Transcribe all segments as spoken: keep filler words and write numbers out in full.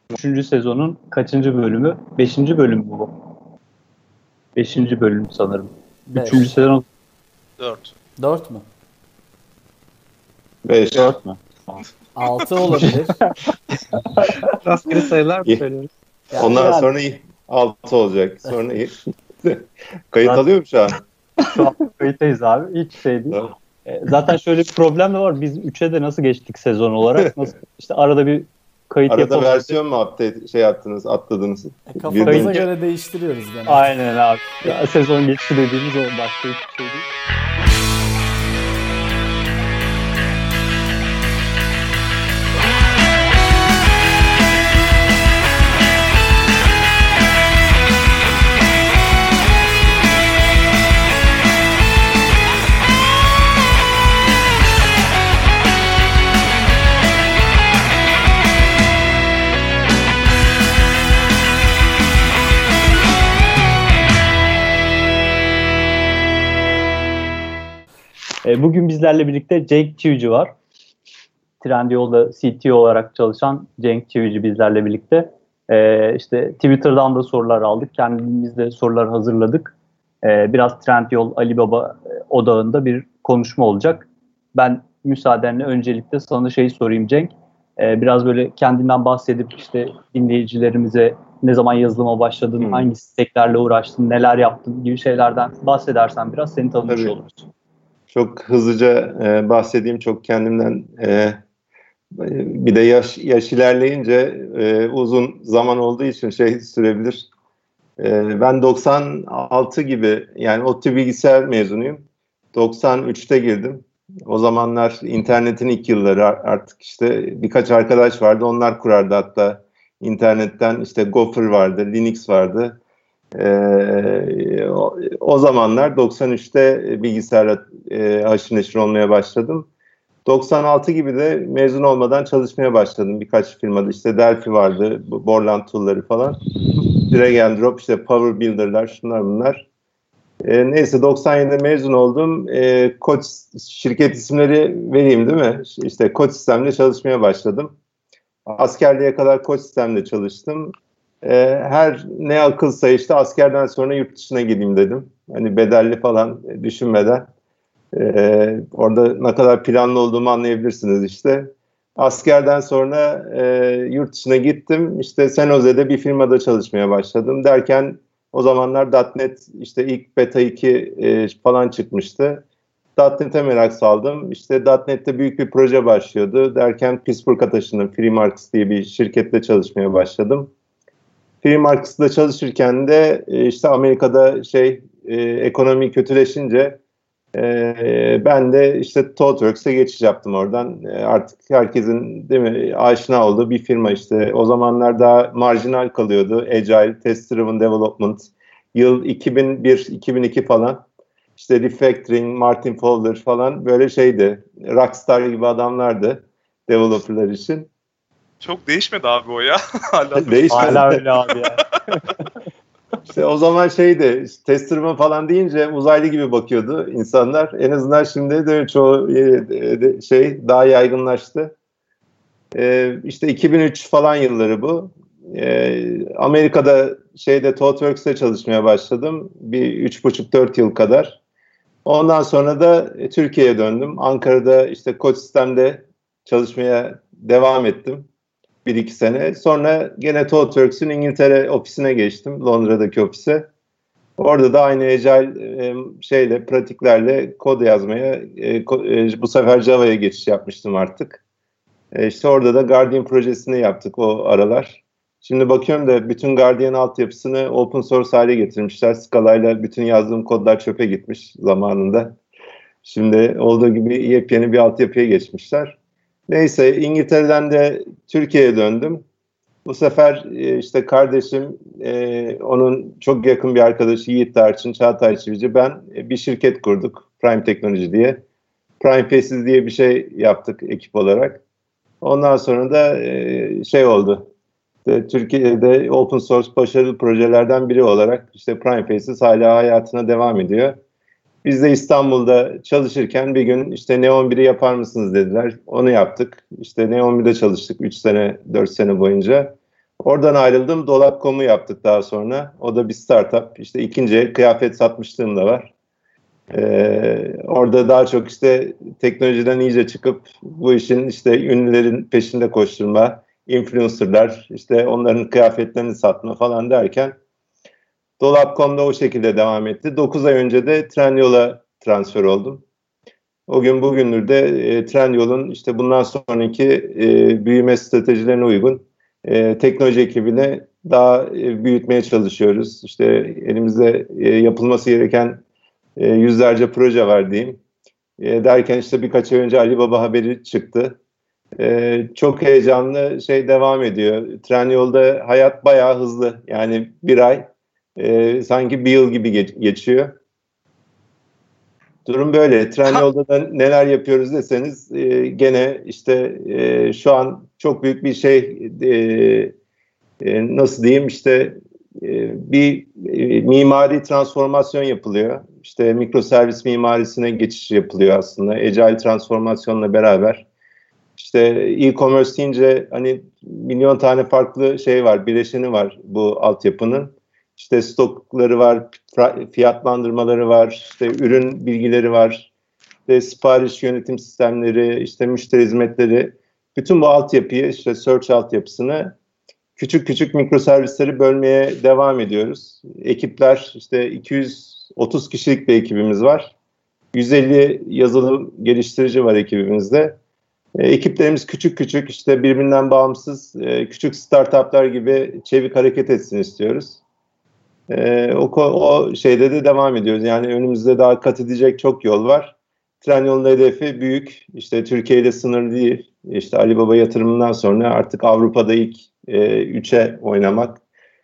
Üçüncü sezonun kaçıncı bölümü? Beşinci bölüm mü bu? Beşinci bölüm sanırım. Beş. Üçüncü sezon Dört. Dört mü? Beş. dört mü? Altı olabilir. Rastgele sayılar mı söylüyoruz? Yani Ondan yani- sonra iyi. Altı olacak. Sonra iyi. Kayıt Zaten- alıyor mu şu an? Şu an kayıttayız abi. Hiç şey değil. Tamam. E, Zaten şöyle bir problem de var. Biz üçe de nasıl geçtik sezon olarak? Nasıl, işte arada bir kayıt Arada yapalım. versiyon mu update şey yaptınız, atladınız? Kafamıza Birden- göre değiştiriyoruz gene. Aynen abi. Ya, sezon geçti dediğimiz o başka hiçbir şey değil. E, Bugün bizlerle birlikte Cenk Çivici var. Trendyol'da C T O olarak çalışan Cenk Çivici bizlerle birlikte. E, işte Twitter'dan da sorular aldık. Kendimiz de sorular hazırladık. E, biraz Trendyol Alibaba e, odağında bir konuşma olacak. Ben müsaadenle öncelikle sana şeyi sorayım Cenk. E, biraz böyle kendinden bahsedip işte dinleyicilerimize ne zaman yazılıma başladın, Hmm. hangi steklerle uğraştın, neler yaptın gibi şeylerden bahsedersen biraz seni tanımış Tabii. oluruz. Çok hızlıca e, bahsedeyim. Çok kendimden e, bir de yaş yaş ilerleyince e, uzun zaman olduğu için şey sürebilir. E, ben doksan altı gibi, yani ODTÜ bilgisayar mezunuyum. doksan üçte girdim. O zamanlar internetin ilk yılları, artık işte birkaç arkadaş vardı. Onlar kurardı hatta internetten, işte Gopher vardı, Linux vardı. Ee, o, o zamanlar doksan üçte bilgisayarla e, haşır neşir olmaya başladım. doksan altı gibi de mezun olmadan çalışmaya başladım birkaç firmada. İşte Delphi vardı, Borland tool'ları falan. Drag and drop, işte Power Builder'lar, şunlar bunlar. E, neyse doksan yedide mezun oldum. E, Koç şirket isimleri vereyim değil mi? İşte Koç Sistem'de çalışmaya başladım. Askerliğe kadar Koç Sistem'de çalıştım. Ee, her ne akılsa işte askerden sonra yurt dışına gideyim dedim. Hani bedelli falan düşünmeden. Ee, orada ne kadar planlı olduğumu anlayabilirsiniz işte. Askerden sonra e, yurt dışına gittim. İşte San Jose'de bir firmada çalışmaya başladım. Derken o zamanlar .nokta net işte ilk beta iki e, falan çıkmıştı. .nokta net'e merak saldım. İşte .nokta net'te büyük bir proje başlıyordu. Derken Pittsburgh'a taşındım. FreeMarks diye bir şirkette çalışmaya başladım. FreeMarks'da çalışırken de işte Amerika'da şey e, ekonomi kötüleşince e, ben de işte ThoughtWorks'e geçiş yaptım oradan. E, artık herkesin değil mi aşina olduğu bir firma işte. O zamanlar daha marjinal kalıyordu. Agile, Test Driven Development. Yıl iki bin bir iki bin iki falan. İşte Refactoring, Martin Fowler falan böyle şeydi. Rockstar gibi adamlardı developerlar için. Çok değişmedi abi o ya. Hala Değişmedi. Hala öyle abi ya. İşte o zaman şeydi, testerman falan deyince uzaylı gibi bakıyordu insanlar. En azından şimdi de çoğu şey daha yaygınlaştı. Ee, işte iki bin üç falan yılları bu. Ee, Amerika'da şeyde ThoughtWorks'te çalışmaya başladım. Bir üç buçuk dört yıl kadar. Ondan sonra da Türkiye'ye döndüm. Ankara'da işte Koç Sistem'de çalışmaya devam ettim. Bir iki sene. Sonra gene ThoughtWorks'ün İngiltere ofisine geçtim. Londra'daki ofise. Orada da aynı Agile e, şeyle, pratiklerle kod yazmaya, e, ko, e, bu sefer Java'ya geçiş yapmıştım artık. E, işte orada da Guardian projesini yaptık o aralar. Şimdi bakıyorum da bütün Guardian altyapısını open source hale getirmişler. Scala'yla bütün yazdığım kodlar çöpe gitmiş zamanında. Şimdi olduğu gibi yepyeni bir altyapıya geçmişler. Neyse İngiltere'den de Türkiye'ye döndüm. Bu sefer e, işte kardeşim, e, onun çok yakın bir arkadaşı Yiğit Tarçın, Çağatay Çivici, ben e, bir şirket kurduk. Prime Technology diye. Prime Faces diye bir şey yaptık ekip olarak. Ondan sonra da e, şey oldu. İşte Türkiye'de open source başarılı projelerden biri olarak işte Prime Faces hala hayatına devam ediyor. Biz de İstanbul'da çalışırken bir gün işte Neon biri yapar mısınız dediler. Onu yaptık. İşte Neon birde çalıştık üç sene, dört sene boyunca. Oradan ayrıldım. dolap nokta com'u yaptık daha sonra. O da bir startup. İşte ikinci el kıyafet satmışlığım da var. Ee, orada daha çok işte teknolojiden iyice çıkıp bu işin işte ünlülerin peşinde koşturma, influencerlar, işte onların kıyafetlerini satma falan derken dolap nokta com'da o şekilde devam etti. dokuz ay önce de Trendyol'a transfer oldum. O gün bugündür de e, Trendyol'un işte bundan sonraki e, büyüme stratejilerine uygun e, teknoloji ekibini daha e, büyütmeye çalışıyoruz. İşte elimizde e, yapılması gereken e, yüzlerce proje var diyeyim. E, derken işte birkaç ay önce Alibaba haberi çıktı. E, çok heyecanlı şey devam ediyor. Trendyol'da hayat bayağı hızlı. Yani bir ay e, sanki bir yıl gibi geç, geçiyor. Durum böyle. Trendyol'da da neler yapıyoruz deseniz e, gene işte e, şu an çok büyük bir şey e, e, nasıl diyeyim işte e, bir e, mimari transformasyon yapılıyor. İşte mikroservis mimarisine geçiş yapılıyor aslında. Agile transformasyonla beraber. İşte e-commerce deyince hani milyon tane farklı şey var, bileşeni var bu altyapının. İşte stokları var, fiyatlandırmaları var, işte ürün bilgileri var, işte sipariş yönetim sistemleri, işte müşteri hizmetleri. Bütün bu altyapıyı, işte search altyapısını küçük küçük mikroservisleri bölmeye devam ediyoruz. Ekipler, işte iki yüz otuz kişilik bir ekibimiz var. yüz elli yazılım geliştirici var ekibimizde. E, ekiplerimiz küçük küçük, işte birbirinden bağımsız e, küçük startuplar gibi çevik hareket etsin istiyoruz. Ee, o, o şeyde de devam ediyoruz. Yani önümüzde daha kat edecek çok yol var. Trendyol'un hedefi büyük. İşte Türkiye ile sınırlı değil. İşte Alibaba yatırımından sonra artık Avrupa'da ilk e, üçe oynamak.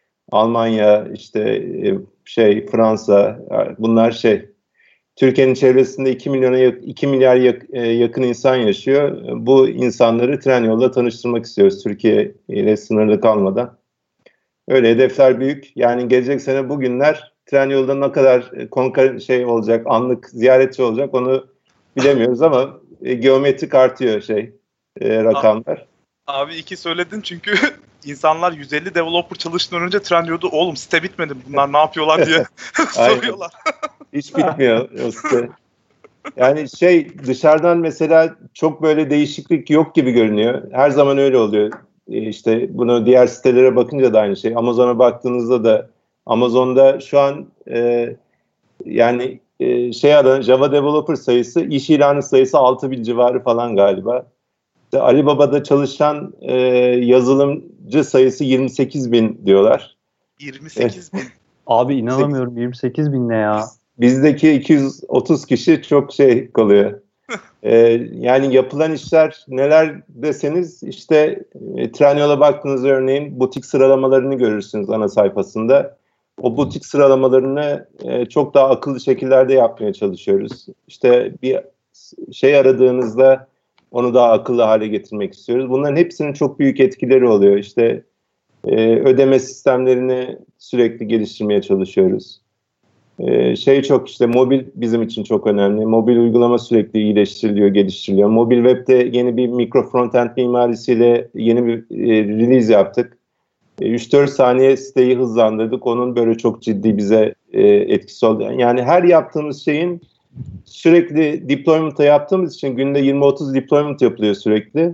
Almanya, işte e, şey Fransa, bunlar şey. Türkiye'nin çevresinde iki milyona iki milyar yak, e, yakın insan yaşıyor. Bu insanları Trendyol'la tanıştırmak istiyoruz. Türkiye ile sınırlı kalmadan. Öyle hedefler büyük. Yani gelecek sene bugünler Trendyol'da ne kadar konka şey olacak, anlık ziyaretçi olacak onu bilemiyoruz ama e, geometrik artıyor şey e, rakamlar. Abi, abi iki söyledin çünkü insanlar yüz elli developer çalıştığından önce Trendyol'da oğlum site bitmedi bunlar ne yapıyorlar diye soruyorlar. Hiç bitmiyor o site. Yani şey dışarıdan mesela çok böyle değişiklik yok gibi görünüyor. Her zaman öyle oluyor. İşte bunu diğer sitelere bakınca da aynı şey. Amazon'a baktığınızda da Amazon'da şu an e, yani e, şey aran Java developer sayısı, iş ilanı sayısı altı bin civarı falan galiba. İşte Alibaba'da çalışan e, yazılımcı sayısı yirmi sekiz bin diyorlar. yirmi sekiz bin. Abi inanamıyorum, yirmi sekiz bin ne ya? Bizdeki iki yüz otuz kişi çok şey kalıyor. Ee, yani yapılan işler neler deseniz işte e, Trendyol'a baktığınız örneğin butik sıralamalarını görürsünüz ana sayfasında. O butik sıralamalarını e, çok daha akıllı şekillerde yapmaya çalışıyoruz. İşte bir şey aradığınızda onu daha akıllı hale getirmek istiyoruz. Bunların hepsinin çok büyük etkileri oluyor. İşte e, ödeme sistemlerini sürekli geliştirmeye çalışıyoruz. Ee, şey çok işte mobil bizim için çok önemli. Mobil uygulama sürekli iyileştiriliyor, geliştiriliyor. Mobil web'de yeni bir mikro frontend mimarisiyle yeni bir e, release yaptık. E, üç dört saniye siteyi hızlandırdık. Onun böyle çok ciddi bize e, etkisi oldu. Yani her yaptığımız şeyin sürekli deployment'ı yaptığımız için günde yirmi otuz deployment yapılıyor sürekli.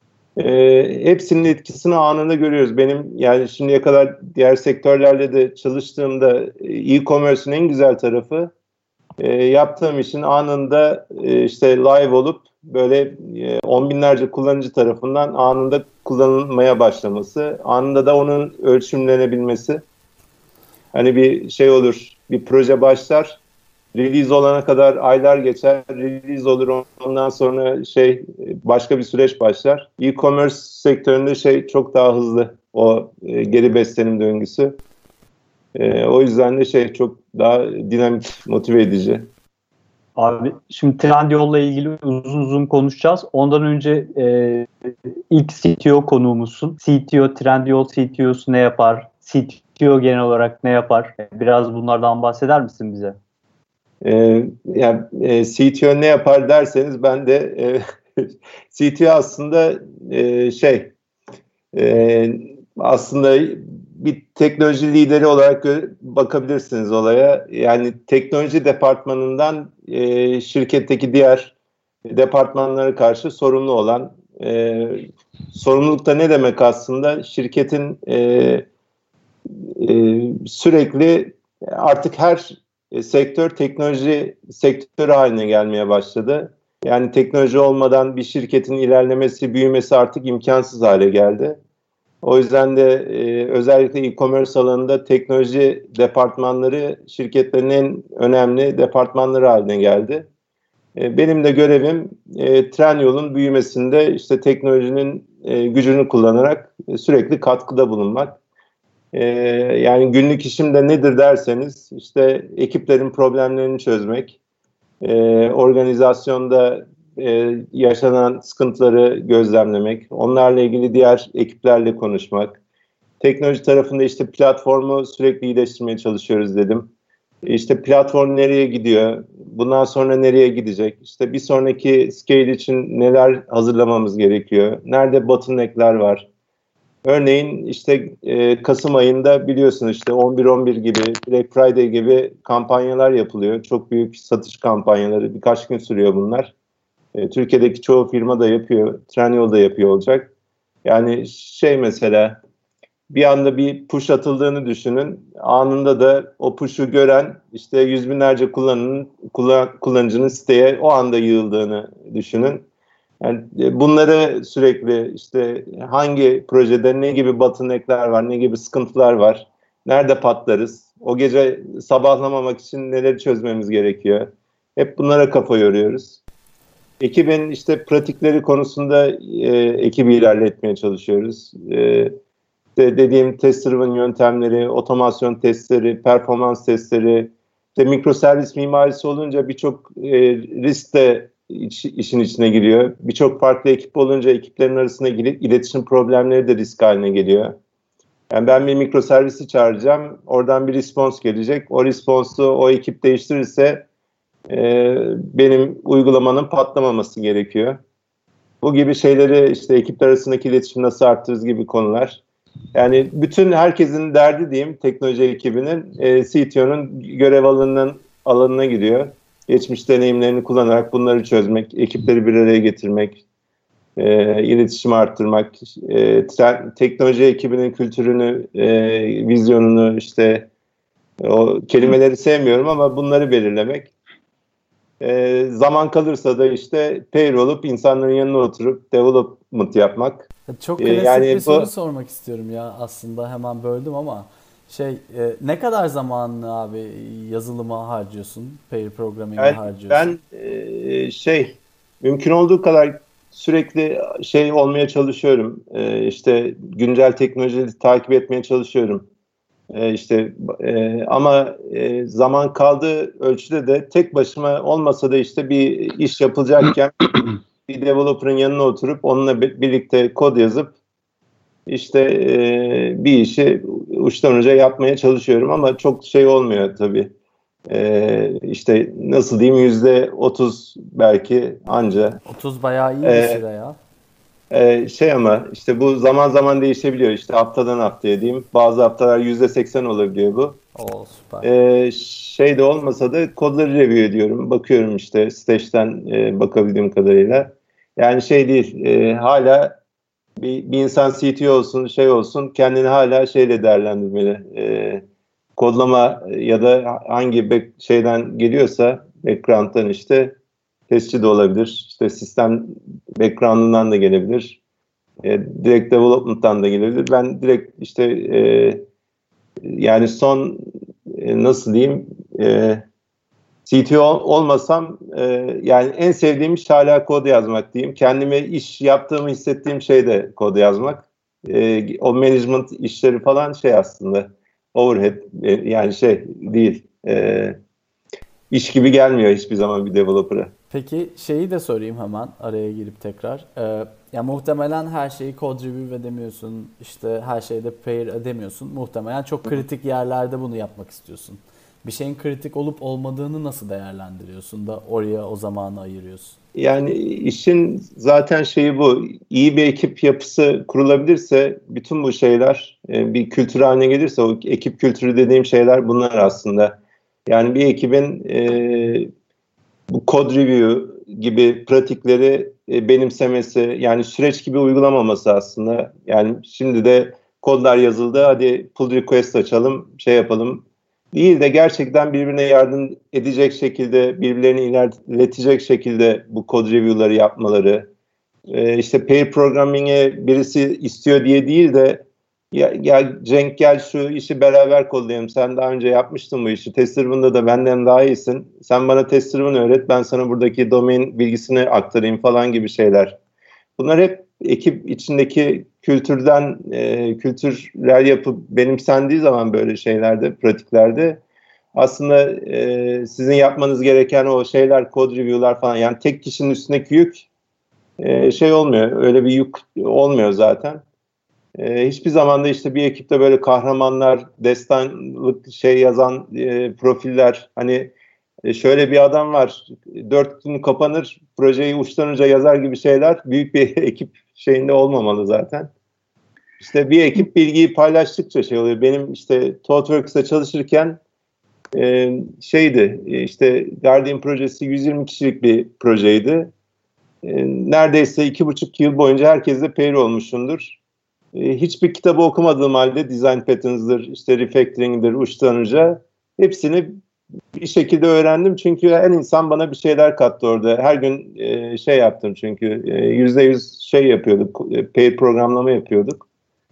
E, hepsinin etkisini anında görüyoruz. Benim yani şimdiye kadar diğer sektörlerle de çalıştığımda e-commerce'in en güzel tarafı e, yaptığım işin anında e, işte live olup böyle e, on binlerce kullanıcı tarafından anında kullanılmaya başlaması, anında da onun ölçümlenebilmesi. Hani bir şey olur, bir proje başlar, release olana kadar aylar geçer, release olur ondan sonra şey başka bir süreç başlar. E-commerce sektöründe şey çok daha hızlı o e, geri beslenim döngüsü. E, o yüzden de şey çok daha dinamik, motive edici. Abi şimdi Trendyol'la ilgili uzun uzun konuşacağız. Ondan önce e, ilk C T O konuğumuzsun. C T O, Trendyol C T O'su ne yapar? C T O genel olarak ne yapar? Biraz bunlardan bahseder misin bize? Ee, yani e, C T O ne yapar derseniz ben de e, C T O aslında e, şey e, aslında bir teknoloji lideri olarak bakabilirsiniz olaya. Yani teknoloji departmanından e, şirketteki diğer departmanlara karşı sorumlu olan, e, sorumluluk da ne demek aslında? Şirketin e, e, sürekli artık her sektör teknoloji sektörü haline gelmeye başladı. Yani teknoloji olmadan bir şirketin ilerlemesi, büyümesi artık imkansız hale geldi. O yüzden de e, özellikle e-commerce alanında teknoloji departmanları şirketlerin en önemli departmanları haline geldi. E, benim de görevim e, Trendyol'un büyümesinde işte teknolojinin e, gücünü kullanarak e, sürekli katkıda bulunmak. E, yani günlük işim de nedir derseniz işte ekiplerin problemlerini çözmek, e, organizasyonda e, yaşanan sıkıntıları gözlemlemek, onlarla ilgili diğer ekiplerle konuşmak. Teknoloji tarafında işte platformu sürekli iyileştirmeye çalışıyoruz dedim. İşte platform nereye gidiyor? Bundan sonra nereye gidecek? İşte bir sonraki scale için neler hazırlamamız gerekiyor? Nerede bottleneck'ler var? Örneğin işte e, Kasım ayında biliyorsunuz işte on bir on bir gibi, Black Friday gibi kampanyalar yapılıyor. Çok büyük satış kampanyaları. Birkaç gün sürüyor bunlar. E, Türkiye'deki çoğu firma da yapıyor. Trendyol da yapıyor olacak. Yani şey mesela bir anda bir push atıldığını düşünün. Anında da o push'u gören işte yüz binlerce kullanıcının, kullan, kullanıcının siteye o anda yığıldığını düşünün. Yani bunları sürekli işte hangi projede ne gibi bottleneck'ler var, ne gibi sıkıntılar var, nerede patlarız, o gece sabahlamamak için neleri çözmemiz gerekiyor. Hep bunlara kafa yoruyoruz. Ekibin işte pratikleri konusunda e, ekibi ilerletmeye çalışıyoruz. E, de dediğim test-driven yöntemleri, otomasyon testleri, performans testleri, işte mikroservis mimarisi olunca birçok e, risk de iç, işin içine giriyor. Birçok farklı ekip olunca ekiplerin arasında iletişim problemleri de risk haline geliyor. Yani ben bir mikroservisi çağıracağım, oradan bir response gelecek. O response'u o ekip değiştirirse e, benim uygulamanın patlamaması gerekiyor. Bu gibi şeyleri işte ekipler arasındaki iletişim nasıl arttırırız gibi konular. Yani bütün herkesin derdi diyeyim teknoloji ekibinin e, C T O'nun görev alanının alanına giriyor. Geçmiş deneyimlerini kullanarak bunları çözmek, ekipleri bir araya getirmek, e, iletişimi arttırmak, e, teknoloji ekibinin kültürünü, e, vizyonunu işte o kelimeleri sevmiyorum ama bunları belirlemek. E, zaman kalırsa da işte pair olup insanların yanına oturup development yapmak. Çok E, klasik yani bir bu, soru sormak istiyorum ya aslında hemen böldüm ama şey e, ne kadar zamanını abi yazılıma harcıyorsun? Pair programming'e yani harcıyorsun? ben e, şey mümkün olduğu kadar sürekli şey olmaya çalışıyorum. E, işte güncel teknolojileri takip etmeye çalışıyorum. E, işte e, ama e, zaman kaldığı ölçüde de tek başıma olmasa da işte bir iş yapılacakken bir developer'ın yanına oturup onunla birlikte kod yazıp işte e, bir işi uçtan uca yapmaya çalışıyorum ama çok şey olmuyor tabii. E, işte nasıl diyeyim yüzde otuz belki anca. otuz bayağı iyi bir E, süre ya. e, şey ama işte bu zaman zaman değişebiliyor. İşte haftadan haftaya diyeyim. Bazı haftalar yüzde seksen olabiliyor bu. Oo süper. E, şey de olmasa da kodları review ediyorum. Bakıyorum işte Stage'den e, bakabildiğim kadarıyla. Yani şey değil e, hala Bir, bir insan C T O olsun, şey olsun, kendini hala şeyle değerlendirmeli. E, kodlama ya da hangi back, şeyden geliyorsa, background'dan işte testçi de olabilir. İşte sistem background'ından da gelebilir. E, direkt development'tan da gelebilir. Ben direkt işte e, yani son e, nasıl diyeyim e, C T O olmasam e, yani en sevdiğim iş hala kod yazmak diyeyim. Kendime iş yaptığımı hissettiğim şey de kod yazmak. E, o management işleri falan şey aslında overhead e, yani şey değil. E, iş gibi gelmiyor hiçbir zaman bir developer'a. Peki şeyi de sorayım hemen araya girip tekrar. Ee, ya muhtemelen her şeyi code review edemiyorsun. İşte her şeyde pair edemiyorsun. Muhtemelen çok kritik yerlerde bunu yapmak istiyorsun. Bir şeyin kritik olup olmadığını nasıl değerlendiriyorsun da oraya o zamanı ayırıyorsun? Yani işin zaten şeyi bu. İyi bir ekip yapısı kurulabilirse bütün bu şeyler e, bir kültür haline gelirse o ekip kültürü dediğim şeyler bunlar aslında. Yani bir ekibin e, bu code review gibi pratikleri e, benimsemesi, yani süreç gibi uygulamaması aslında. Yani şimdi de kodlar yazıldı, hadi pull request açalım, şey yapalım. Değil de gerçekten birbirine yardım edecek şekilde, birbirlerini ilerletecek şekilde bu code review'ları yapmaları. Ee, işte pair programming'e birisi istiyor diye değil de ya, ya Cenk gel şu işi beraber kodlayalım. Sen daha önce yapmıştın bu işi. Test-driven'da da benden daha iyisin. Sen bana test-driven öğret. Ben sana buradaki domain bilgisini aktarayım falan gibi şeyler. Bunlar hep ekip içindeki kültürden, e, kültürel yapı benimsendiği zaman böyle şeylerde, pratiklerde aslında e, sizin yapmanız gereken o şeyler, code review'lar falan, yani tek kişinin üstündeki yük e, şey olmuyor. Öyle bir yük olmuyor zaten. E, hiçbir zaman da işte bir ekipte böyle kahramanlar, destanlık şey yazan e, profiller, hani e, şöyle bir adam var, dört gün kapanır, projeyi uçtan uca yazar gibi şeyler büyük bir ekip şeyinde olmamalı zaten. İşte bir ekip bilgiyi paylaştıkça şey oluyor. Benim işte ThoughtWorks'ta çalışırken e, şeydi, işte Guardian projesi yüz yirmi kişilik bir projeydi. E, neredeyse iki buçuk yıl boyunca herkesle pair olmuşumdur. E, hiçbir kitabı okumadığım halde design patterns'dır, işte refactoring'dir, uçtan uca hepsini bir şekilde öğrendim. Çünkü her insan bana bir şeyler kattı orada. Her gün e, şey yaptım çünkü yüzde yüz şey yapıyorduk, e, pair programlama yapıyorduk.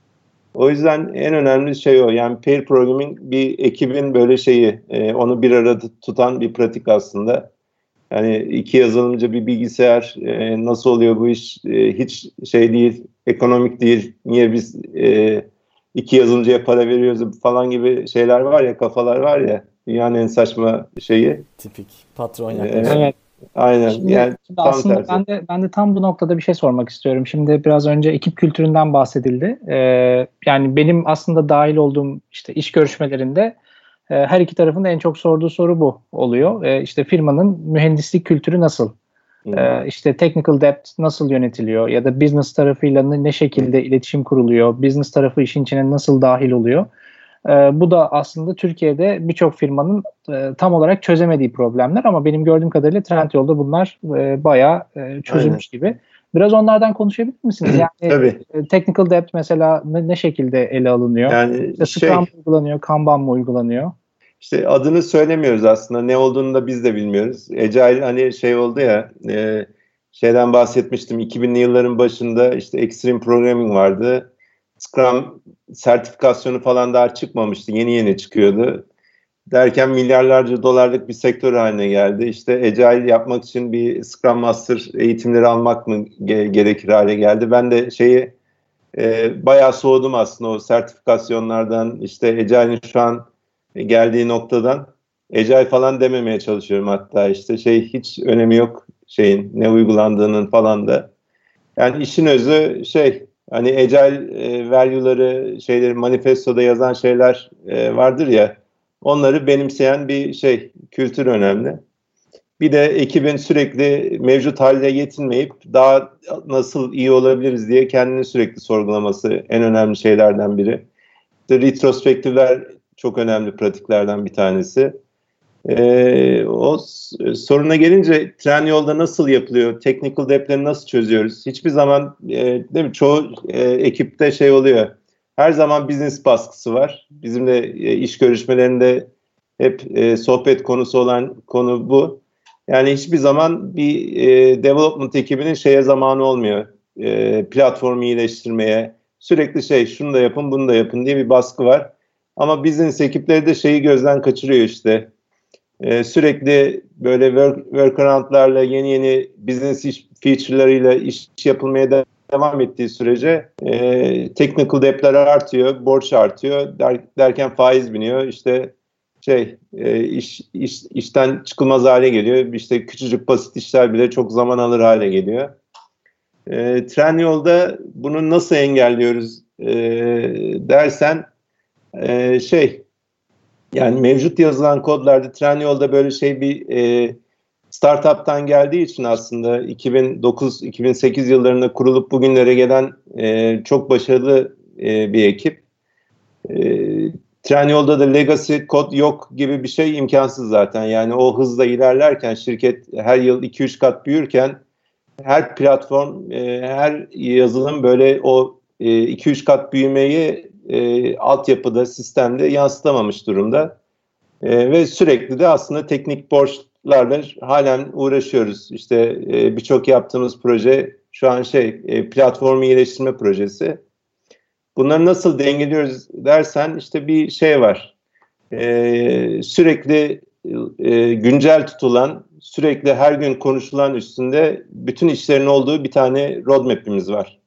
O yüzden en önemli şey o. Yani pair programming bir ekibin böyle şeyi, e, onu bir arada tutan bir pratik aslında. Yani iki yazılımcı bir bilgisayar, e, nasıl oluyor bu iş? E, hiç şey değil, ekonomik değil. Niye biz e, iki yazılımcıya para veriyoruz falan gibi şeyler var ya, kafalar var ya. Dünyanın en saçma şeyi. Tipik patron E, yaklaşımı. Evet. aynen. Şimdi, Yani şimdi tam aslında tersi. ben de ben de tam bu noktada bir şey sormak istiyorum. Şimdi biraz önce ekip kültüründen bahsedildi. Ee, yani benim aslında dahil olduğum işte iş görüşmelerinde e, her iki tarafın da en çok sorduğu soru bu oluyor. E, işte firmanın mühendislik kültürü nasıl? Hmm. E, işte technical debt nasıl yönetiliyor? Ya da business tarafıyla ne, ne şekilde iletişim kuruluyor? Business tarafı işin içine nasıl dahil oluyor? E, bu da aslında Türkiye'de birçok firmanın e, tam olarak çözemediği problemler, ama benim gördüğüm kadarıyla Trendyol'da bunlar e, bayağı e, çözülmüş gibi. Biraz onlardan konuşabilir misiniz? Yani Tabii. e, technical debt mesela ne, ne şekilde ele alınıyor? Yani İşte şey, Scrum mı uygulanıyor, Kanban mı uygulanıyor? işte adını söylemiyoruz aslında. Ne olduğunu da biz de bilmiyoruz. Agile hani şey oldu ya, e, şeyden bahsetmiştim. iki binli yılların başında işte Extreme Programming vardı. Scrum sertifikasyonu falan daha çıkmamıştı. Yeni yeni çıkıyordu. Derken milyarlarca dolarlık bir sektör haline geldi. İşte Agile yapmak için bir Scrum Master eğitimleri almak mı ge- gerekir hale geldi. Ben de şeyi e, bayağı soğudum aslında o sertifikasyonlardan. İşte Agile'in şu an geldiği noktadan Agile falan dememeye çalışıyorum hatta. İşte şey, hiç önemi yok şeyin ne uygulandığının falan da. Yani işin özü şey, hani Agile e, value'ları, şeyleri manifestoda yazan şeyler e, vardır ya, onları benimseyen bir şey, kültür önemli. Bir de ekibin sürekli mevcut haliyle yetinmeyip daha nasıl iyi olabiliriz diye kendini sürekli sorgulaması en önemli şeylerden biri. İşte retrospektifler çok önemli pratiklerden bir tanesi. Ee, o soruna gelince Trendyol'da nasıl yapılıyor? Technical debt'leri nasıl çözüyoruz? Hiçbir zaman e, değil mi? Çoğu e, ekipte şey oluyor. Her zaman business baskısı var. Bizim de e, iş görüşmelerinde hep e, sohbet konusu olan konu bu. Yani hiçbir zaman bir e, development ekibinin şeye zamanı olmuyor. E, platformu iyileştirmeye. Sürekli şey, şunu da yapın, bunu da yapın diye bir baskı var. Ama business ekipleri de şeyi gözden kaçırıyor işte. Ee, sürekli böyle work, workaroundlarla, yeni yeni business iş, feature'larıyla iş yapılmaya de, devam ettiği sürece e, technical debt'ler artıyor, borç artıyor, der, derken faiz biniyor. İşte şey e, iş, iş işten çıkılmaz hale geliyor. İşte küçücük basit işler bile çok zaman alır hale geliyor. E, Trendyol'da bunu nasıl engelliyoruz e, dersen e, şey, yani mevcut yazılan kodlarda Trendyol'da böyle şey bir e, startup'tan geldiği için aslında iki bin dokuz iki bin sekiz yıllarında kurulup bugünlere gelen e, çok başarılı e, bir ekip. E, Trendyol'da da legacy kod yok gibi bir şey imkansız zaten. Yani o hızla ilerlerken, şirket her yıl iki üç kat büyürken her platform, e, her yazılım böyle o e, iki üç kat büyümeyi e, altyapıda, sistemde yansıtamamış durumda. E, ve sürekli de aslında teknik borçlarla halen uğraşıyoruz. İşte e, birçok yaptığımız proje şu an şey e, platformu iyileştirme projesi. Bunları nasıl dengeliyoruz dersen işte bir şey var. E, sürekli e, güncel tutulan, sürekli her gün konuşulan üstünde bütün işlerin olduğu bir tane roadmap'imiz var.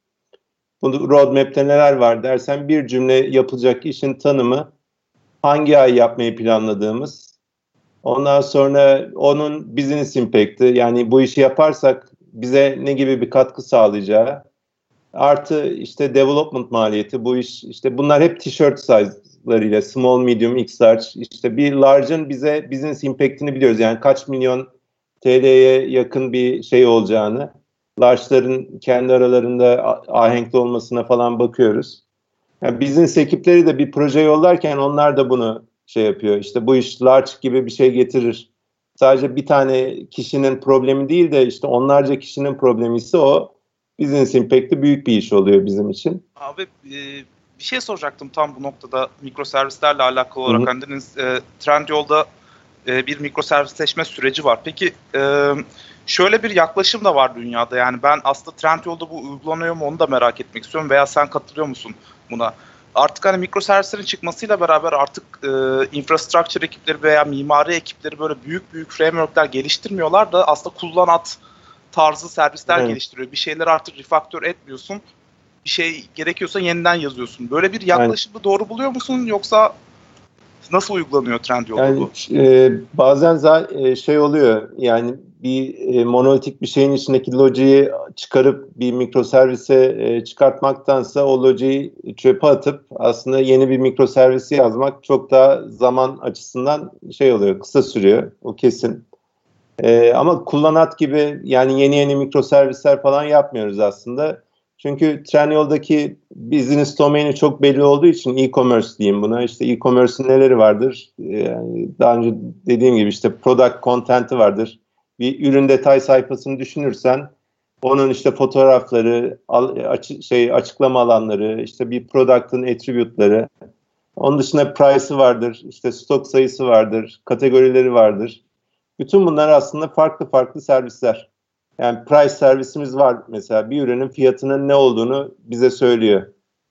Bu roadmap'te neler var dersen bir cümle yapılacak işin tanımı, hangi ay yapmayı planladığımız, ondan sonra onun business impact'ı, yani bu işi yaparsak bize ne gibi bir katkı sağlayacağı, artı işte development maliyeti, bu iş işte bunlar hep t-shirt size'larıyla small, medium, x large, işte bir large'ın bize business impact'ini biliyoruz, yani kaç milyon T L'ye yakın bir şey olacağını, large'ların kendi aralarında ahenkli olmasına falan bakıyoruz. Yani business ekipleri de bir proje yollarken onlar da bunu şey yapıyor. İşte bu iş large gibi bir şey getirir. Sadece bir tane kişinin problemi değil de işte onlarca kişinin problemi ise o business impact'i büyük bir iş oluyor bizim için. Abi e, bir şey soracaktım tam bu noktada mikroservislerle alakalı olarak. Hani dediniz e, Trendyol'da e, bir mikroservisleşme süreci var. Peki e, şöyle bir yaklaşım da var dünyada. Yani ben aslında Trendyol'da bu uygulanıyor mu onu da merak etmek istiyorum. Veya sen katılıyor musun buna? Artık hani mikroservislerin çıkmasıyla beraber artık e, infrastructure ekipleri veya mimari ekipleri böyle büyük büyük frameworkler geliştirmiyorlar da aslında kullan at tarzı servisler evet. geliştiriyor. Bir şeyleri artık refaktör etmiyorsun. Bir şey gerekiyorsa yeniden yazıyorsun. Böyle bir yaklaşımı yani, doğru buluyor musun? Yoksa nasıl uygulanıyor Trendyol'da yani, bu? E, bazen e, şey oluyor. Yani bir e, monolitik bir şeyin içindeki lojiyi çıkarıp bir mikroservise e, çıkartmaktansa o lojiyi çöpe atıp aslında yeni bir mikroservisi yazmak çok daha zaman açısından şey oluyor. Kısa sürüyor. O kesin. E, ama kullanat gibi yani yeni yeni mikroservisler falan yapmıyoruz aslında. Çünkü Trendyol'daki business domaini çok belli olduğu için e-commerce diyeyim buna. İşte e-commerce'in neleri vardır? Yani daha önce dediğim gibi işte product content'i vardır. Bir ürün detay sayfasını düşünürsen onun işte fotoğrafları, açı, şey açıklama alanları, işte bir product'ın attribute'ları. Onun dışında price'ı vardır, işte stok sayısı vardır, kategorileri vardır. Bütün bunlar aslında farklı farklı servisler. Yani price servisimiz var mesela. Bir ürünün fiyatının ne olduğunu bize söylüyor.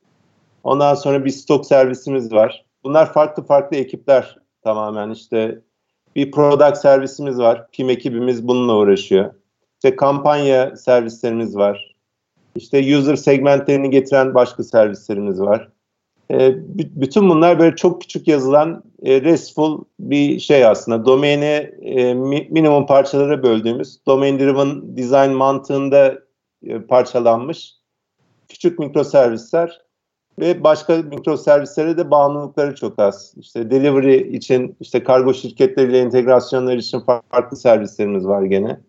Ondan sonra bir stok servisimiz var. Bunlar farklı farklı ekipler tamamen. İşte bir product servisimiz var. P I M ekibimiz bununla uğraşıyor. İşte kampanya servislerimiz var. İşte user segmentlerini getiren başka servislerimiz var. E, bütün bunlar böyle çok küçük yazılan e, RESTful bir şey aslında. Domaini e, mi, minimum parçalara böldüğümüz, domain driven design mantığında e, parçalanmış küçük mikroservisler ve başka mikroservislere de bağımlılıkları çok az. İşte delivery için, işte kargo şirketleriyle entegrasyonlar için farklı servislerimiz var gene.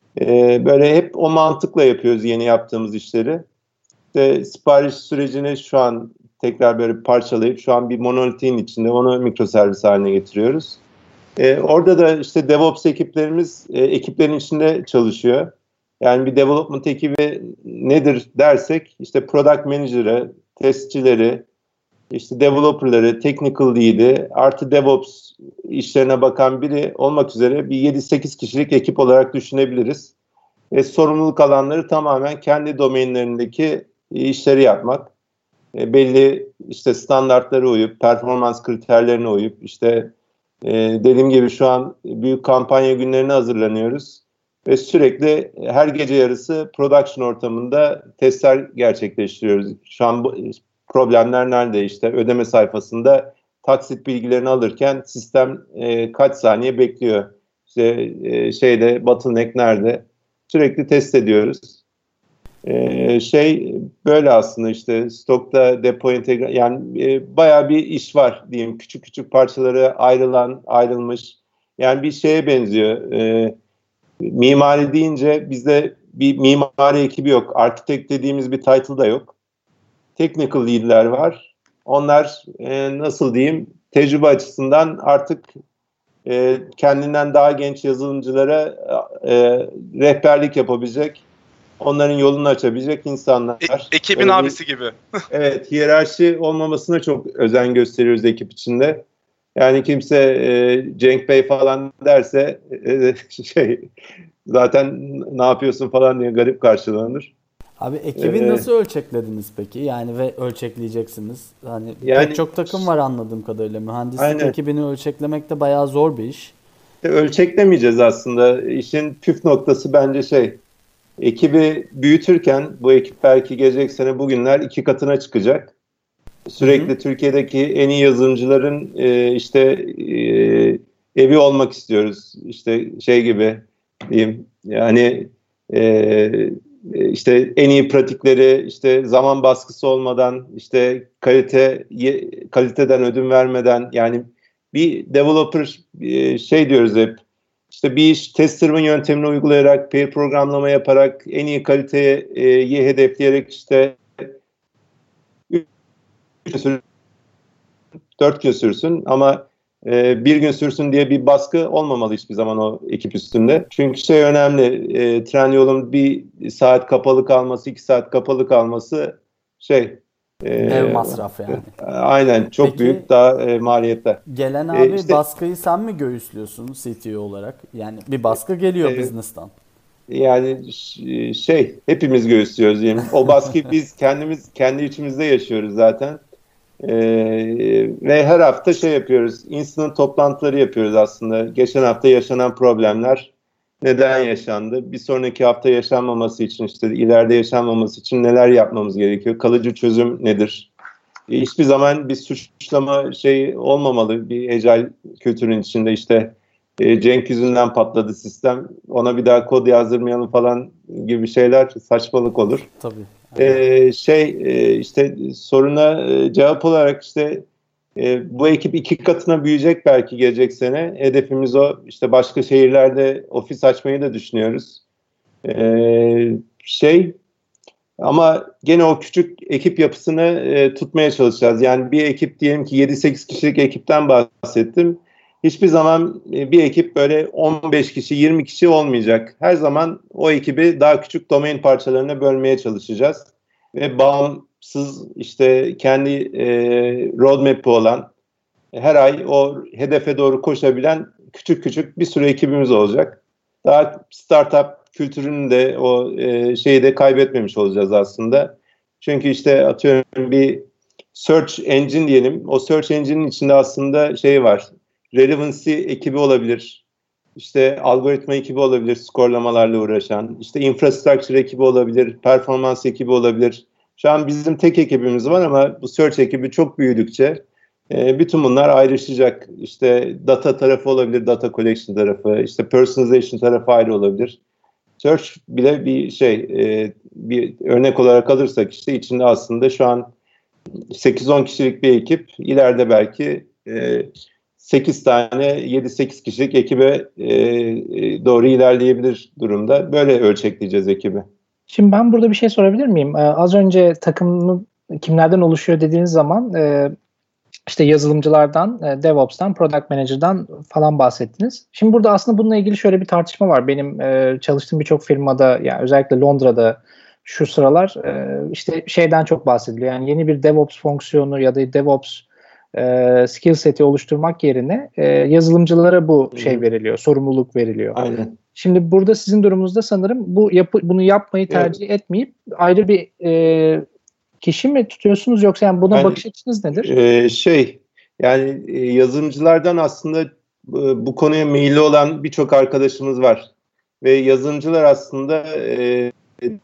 E, böyle hep o mantıkla yapıyoruz yeni yaptığımız işleri. İşte sipariş sürecini şu an tekrar böyle parçalayıp şu an bir monolitin içinde onu mikroservis haline getiriyoruz. Ee, orada da işte DevOps ekiplerimiz e, ekiplerin içinde çalışıyor. Yani bir development ekibi nedir dersek işte product manager'ı, testçileri, işte developer'ları, technical lead'i artı DevOps işlerine bakan biri olmak üzere bir yedi sekiz kişilik ekip olarak düşünebiliriz. Ve sorumluluk alanları tamamen kendi domainlerindeki işleri yapmak. E, belli işte standartlara uyup, performans kriterlerine uyup, işte e, dediğim gibi şu an büyük kampanya günlerine hazırlanıyoruz ve sürekli her gece yarısı production ortamında testler gerçekleştiriyoruz. Şu an bu problemler nerede? İşte ödeme sayfasında taksit bilgilerini alırken sistem e, kaç saniye bekliyor? İşte e, şeyde bottleneck nerede? Sürekli test ediyoruz. Ee, şey böyle aslında işte stokta depo entegre yani e, bayağı bir iş var diyeyim, küçük küçük parçalara ayrılan ayrılmış yani bir şeye benziyor. Ee, mimari deyince bizde bir mimari ekibi yok. Architect dediğimiz bir title da yok. Technical lead'ler var. Onlar e, nasıl diyeyim, tecrübe açısından artık e, kendinden daha genç yazılımcılara e, rehberlik yapabilecek, onların yolunu açabilecek insanlar. E, ekibin Öyle abisi bir, gibi. evet, hiyerarşi olmamasına çok özen gösteriyoruz ekip içinde. Yani kimse e, Cenk Bey falan derse e, şey zaten ne yapıyorsun falan diye garip karşılanır. Abi ekibi Ee, nasıl ölçeklediniz peki? Yani ve ölçekleyeceksiniz. Hani Yani- pek çok takım var anladığım kadarıyla. Mühendislik Aynen. ekibini ölçeklemek de bayağı zor bir iş. Ölçeklemeyeceğiz aslında. İşin püf noktası bence şey, ekibi büyütürken bu ekip belki gelecek sene bugünler iki katına çıkacak. Sürekli Hı hı. Türkiye'deki en iyi yazılımcıların e, işte e, evi olmak istiyoruz. İşte şey gibi diyeyim, yani e, işte en iyi pratikleri, işte zaman baskısı olmadan, işte kalite kaliteden ödün vermeden, yani bir developer e, şey diyoruz hep, işte bir iş tester'ın yöntemini uygulayarak, pair programlama yaparak, en iyi kaliteyi hedefleyerek işte üç gün sürsün, dört gün sürsün ama e, bir gün sürsün diye bir baskı olmamalı hiçbir zaman o ekip üstünde. Çünkü şey önemli, e, Trendyol'un bir saat kapalı kalması, iki saat kapalı kalması şey... E, Dev masraf yani. Aynen, çok Peki, büyük daha e, maliyetler. Gelen E, abi işte- baskıyı sen mi göğüslüyorsun C T O olarak? Yani bir baskı geliyor E, business'tan. Yani ş- şey, hepimiz göğüslüyoruz diyeyim. O baskıyı biz kendimiz kendi içimizde yaşıyoruz zaten. Ee, Ve her hafta şey yapıyoruz. Incident toplantıları yapıyoruz aslında. Geçen hafta yaşanan problemler neden yaşandı? Bir sonraki hafta yaşanmaması için, işte ileride yaşanmaması için neler yapmamız gerekiyor? Kalıcı çözüm nedir? E, hiçbir zaman bir suçlama şey olmamalı. Bir agile kültürün içinde işte e, Cenk yüzünden patladı sistem, ona bir daha kod yazdırmayalım falan gibi şeyler saçmalık olur. Tabii. Ee, şey e, işte soruna e, cevap olarak işte e, bu ekip iki katına büyüyecek belki gelecek sene. Hedefimiz o. İşte başka şehirlerde ofis açmayı da düşünüyoruz. Ee, şey ama gene o küçük ekip yapısını e, tutmaya çalışacağız. Yani bir ekip, diyelim ki yedi sekiz kişilik ekipten bahsettim. Hiçbir zaman e, bir ekip böyle on beş kişi, yirmi kişi olmayacak. Her zaman o ekibi daha küçük domain parçalarına bölmeye çalışacağız. Ve bağımsız, işte kendi e, roadmap'i olan, her ay o hedefe doğru koşabilen küçük küçük bir sürü ekibimiz olacak. Daha startup kültürünü de o e, şeyi de kaybetmemiş olacağız aslında. Çünkü işte atıyorum bir search engine diyelim. O search engine'in içinde aslında şey var. Relevancy ekibi olabilir. İşte algoritma ekibi olabilir, skorlamalarla uğraşan. İşte infrastructure ekibi olabilir, performans ekibi olabilir. Şu an bizim tek ekibimiz var ama bu search ekibi çok büyüdükçe e, bütün bunlar ayrışacak. İşte data tarafı olabilir, data collection tarafı, işte personalization tarafı ayrı olabilir. Search bile bir şey, e, bir örnek olarak alırsak işte içinde aslında şu an sekiz on kişilik bir ekip, ileride belki e, sekiz tane yedi sekiz kişilik ekibe e, doğru ilerleyebilir durumda. Böyle ölçekleyeceğiz ekibi. Şimdi ben burada bir şey sorabilir miyim? Ee, az önce takımın kimlerden oluşuyor dediğiniz zaman e, işte yazılımcılardan, e, DevOps'tan, Product Manager'dan falan bahsettiniz. Şimdi burada aslında bununla ilgili şöyle bir tartışma var. Benim e, çalıştığım birçok firmada, yani özellikle Londra'da şu sıralar e, işte şeyden çok bahsediliyor. Yani yeni bir DevOps fonksiyonu ya da DevOps e, skill seti oluşturmak yerine e, yazılımcılara bu şey veriliyor, sorumluluk veriliyor. Aynen. Şimdi burada sizin durumunuzda sanırım bu yapı, bunu yapmayı tercih evet. etmeyip ayrı bir e, kişi mi tutuyorsunuz, yoksa yani buna yani, bakış açınız nedir? E, şey yani e, yazılımcılardan aslında e, bu konuya meyilli olan birçok arkadaşımız var ve yazılımcılar aslında e,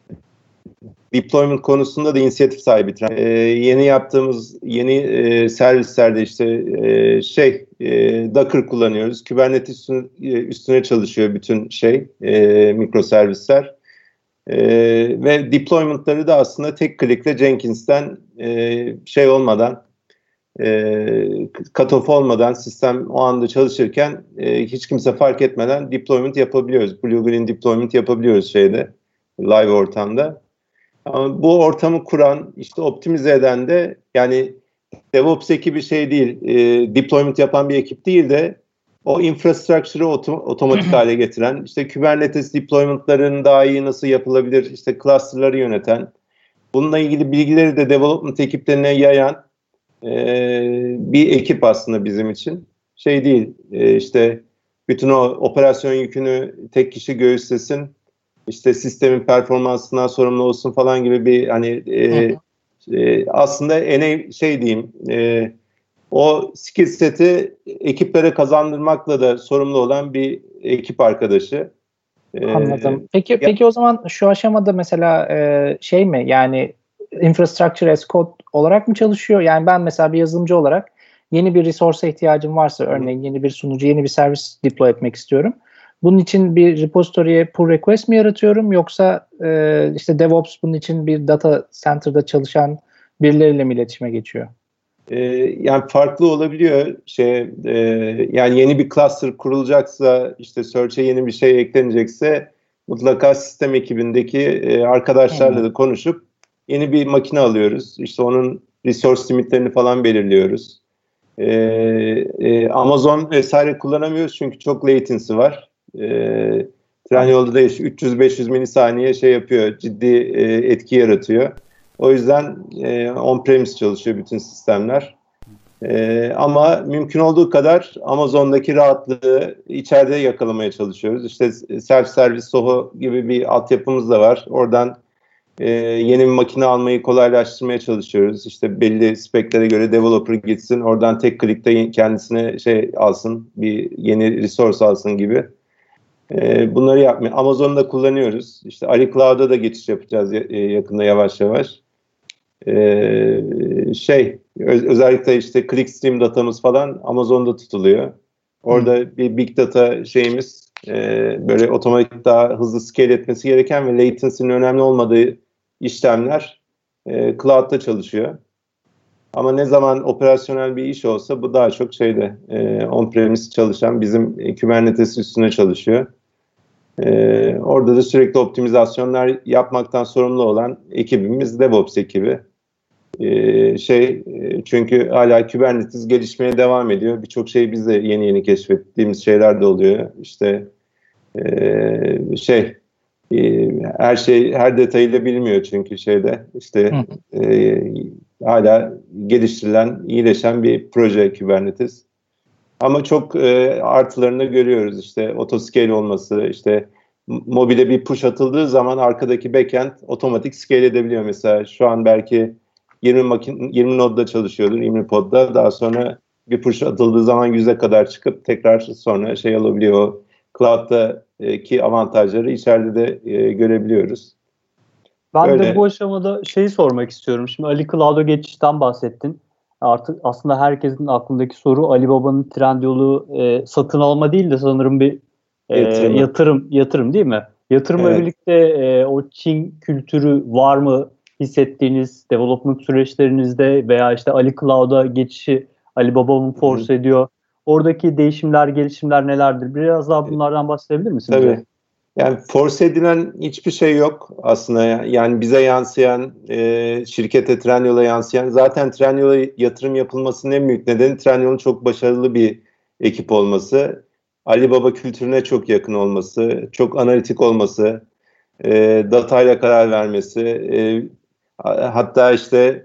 deployment konusunda da inisiyatif sahibi. E, yeni yaptığımız yeni e, servislerde işte e, şey e, Docker kullanıyoruz. Kubernetes üstüne, üstüne çalışıyor bütün şey e, mikroservisler. E, ve deployment'ları da aslında tek klikle Jenkins'ten e, şey olmadan, e, cut-off olmadan sistem o anda çalışırken e, hiç kimse fark etmeden deployment yapabiliyoruz. Blue Green deployment yapabiliyoruz şeyde, live ortamda. Ama bu ortamı kuran, işte optimize eden de yani DevOps ekibi şey değil, e, deployment yapan bir ekip değil de o infrastructure'ı otom- otomatik hale getiren, işte Kubernetes deployment'ların daha iyi nasıl yapılabilir, işte cluster'ları yöneten, bununla ilgili bilgileri de development ekiplerine yayan e, bir ekip aslında bizim için. Şey değil, e, işte bütün o operasyon yükünü tek kişi göğüslesin, işte sistemin performansından sorumlu olsun falan gibi bir hani e, e, aslında ene şey diyeyim e, o skill seti ekiplere kazandırmakla da sorumlu olan bir ekip arkadaşı. Anladım. Ee, Peki ya, peki o zaman şu aşamada mesela e, şey mi yani infrastructure as code olarak mı çalışıyor? Yani ben mesela bir yazılımcı olarak yeni bir resource'a ihtiyacım varsa örneğin yeni bir sunucu, yeni bir servis deploy etmek istiyorum. Bunun için bir repository'e pull request mi yaratıyorum yoksa e, işte DevOps bunun için bir data center'da çalışan birileriyle mi iletişime geçiyor? e, yani farklı olabiliyor. Şey, e, yani yeni bir cluster kurulacaksa, işte search'e yeni bir şey eklenecekse mutlaka sistem ekibindeki e, arkadaşlarla da konuşup yeni bir makine alıyoruz. İşte onun resource limitlerini falan belirliyoruz. E, e, Amazon vesaire kullanamıyoruz çünkü çok latency var. E, Trendyol'da da üç yüz beş yüz milisaniye şey yapıyor, ciddi e, etki yaratıyor. O yüzden e, on-premise çalışıyor bütün sistemler. E, ama mümkün olduğu kadar Amazon'daki rahatlığı içeride yakalamaya çalışıyoruz. İşte self-service Soho gibi bir altyapımız da var. Oradan e, yeni bir makine almayı kolaylaştırmaya çalışıyoruz. İşte belli speklere göre developer gitsin, oradan tek klikte kendisine şey alsın, bir yeni resource alsın gibi. E, bunları yapmıyor. Amazon'da kullanıyoruz. İşte Ali Cloud'a da geçiş yapacağız yakında yavaş yavaş. Ee, şey öz- özellikle işte clickstream datamız falan Amazon'da tutuluyor. Orada hmm. bir big data şeyimiz e, böyle otomatik daha hızlı scale etmesi gereken ve latency'nin önemli olmadığı işlemler e, cloud'da çalışıyor. Ama ne zaman operasyonel bir iş olsa bu daha çok şeyde e, on-premise çalışan bizim Kubernetes üstüne çalışıyor. E, orada da sürekli optimizasyonlar yapmaktan sorumlu olan ekibimiz DevOps ekibi. Ee, şey çünkü hala Kubernetes gelişmeye devam ediyor. Birçok şey biz de yeni yeni keşfettiğimiz şeyler de oluyor. İşte e, şey e, her şey her detayıyla bilmiyor çünkü şeyde işte e, hala geliştirilen, iyileşen bir proje Kubernetes. Ama çok e, artılarını görüyoruz. İşte autoscale olması, işte mobile bir push atıldığı zaman arkadaki backend otomatik scale edebiliyor. Mesela şu an belki yirmi makin yirmi nodda çalışıyordur, yirmi podda. Daha sonra bir push atıldığı zaman yüze kadar çıkıp tekrar sonra şey alabiliyor. Cloud'daki avantajları içeride de e, görebiliyoruz. Ben Böyle. de bu aşamada şeyi sormak istiyorum. Şimdi Ali Cloud'a geçişten bahsettin. Artık aslında herkesin aklındaki soru Ali Baba'nın Trendyol'u e, satın alma değil de sanırım bir e, yatırım yatırım değil mi? Yatırımla evet. birlikte e, o Çin kültürü var mı hissettiğiniz development süreçlerinizde veya işte Ali Cloud'a geçişi Ali Baba mı force Hı. ediyor? Oradaki değişimler, gelişimler nelerdir? Biraz daha bunlardan bahsedebilir misiniz? Tabii. Yani force edilen hiçbir şey yok aslında. Yani bize yansıyan, e, şirkete Trendyol'a yansıyan, zaten Trendyol'a yatırım yapılmasının en büyük nedeni Trendyol'un çok başarılı bir ekip olması, Ali Baba kültürüne çok yakın olması, çok analitik olması, e, datayla karar vermesi, e, hatta işte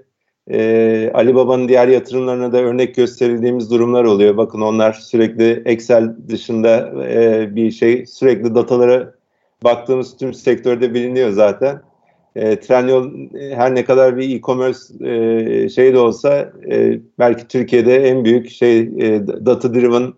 e, Ali Baba'nın diğer yatırımlarına da örnek gösterildiğimiz durumlar oluyor. Bakın onlar sürekli Excel dışında e, bir şey, sürekli datalara baktığımız tüm sektörde biliniyor zaten. E, Trendyol her ne kadar bir e-commerce e, şey de olsa e, belki Türkiye'de en büyük şey e, data driven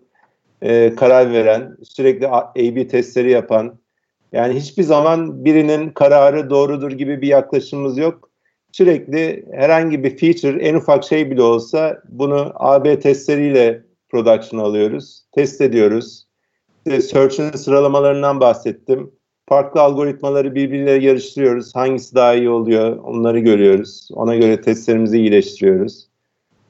e, karar veren, sürekli A B testleri yapan, yani hiçbir zaman birinin kararı doğrudur gibi bir yaklaşımımız yok. Sürekli herhangi bir feature, en ufak şey bile olsa bunu A B testleriyle production'a alıyoruz, test ediyoruz. İşte search'ın sıralamalarından bahsettim. Farklı algoritmaları birbirleriyle yarıştırıyoruz. Hangisi daha iyi oluyor onları görüyoruz. Ona göre testlerimizi iyileştiriyoruz.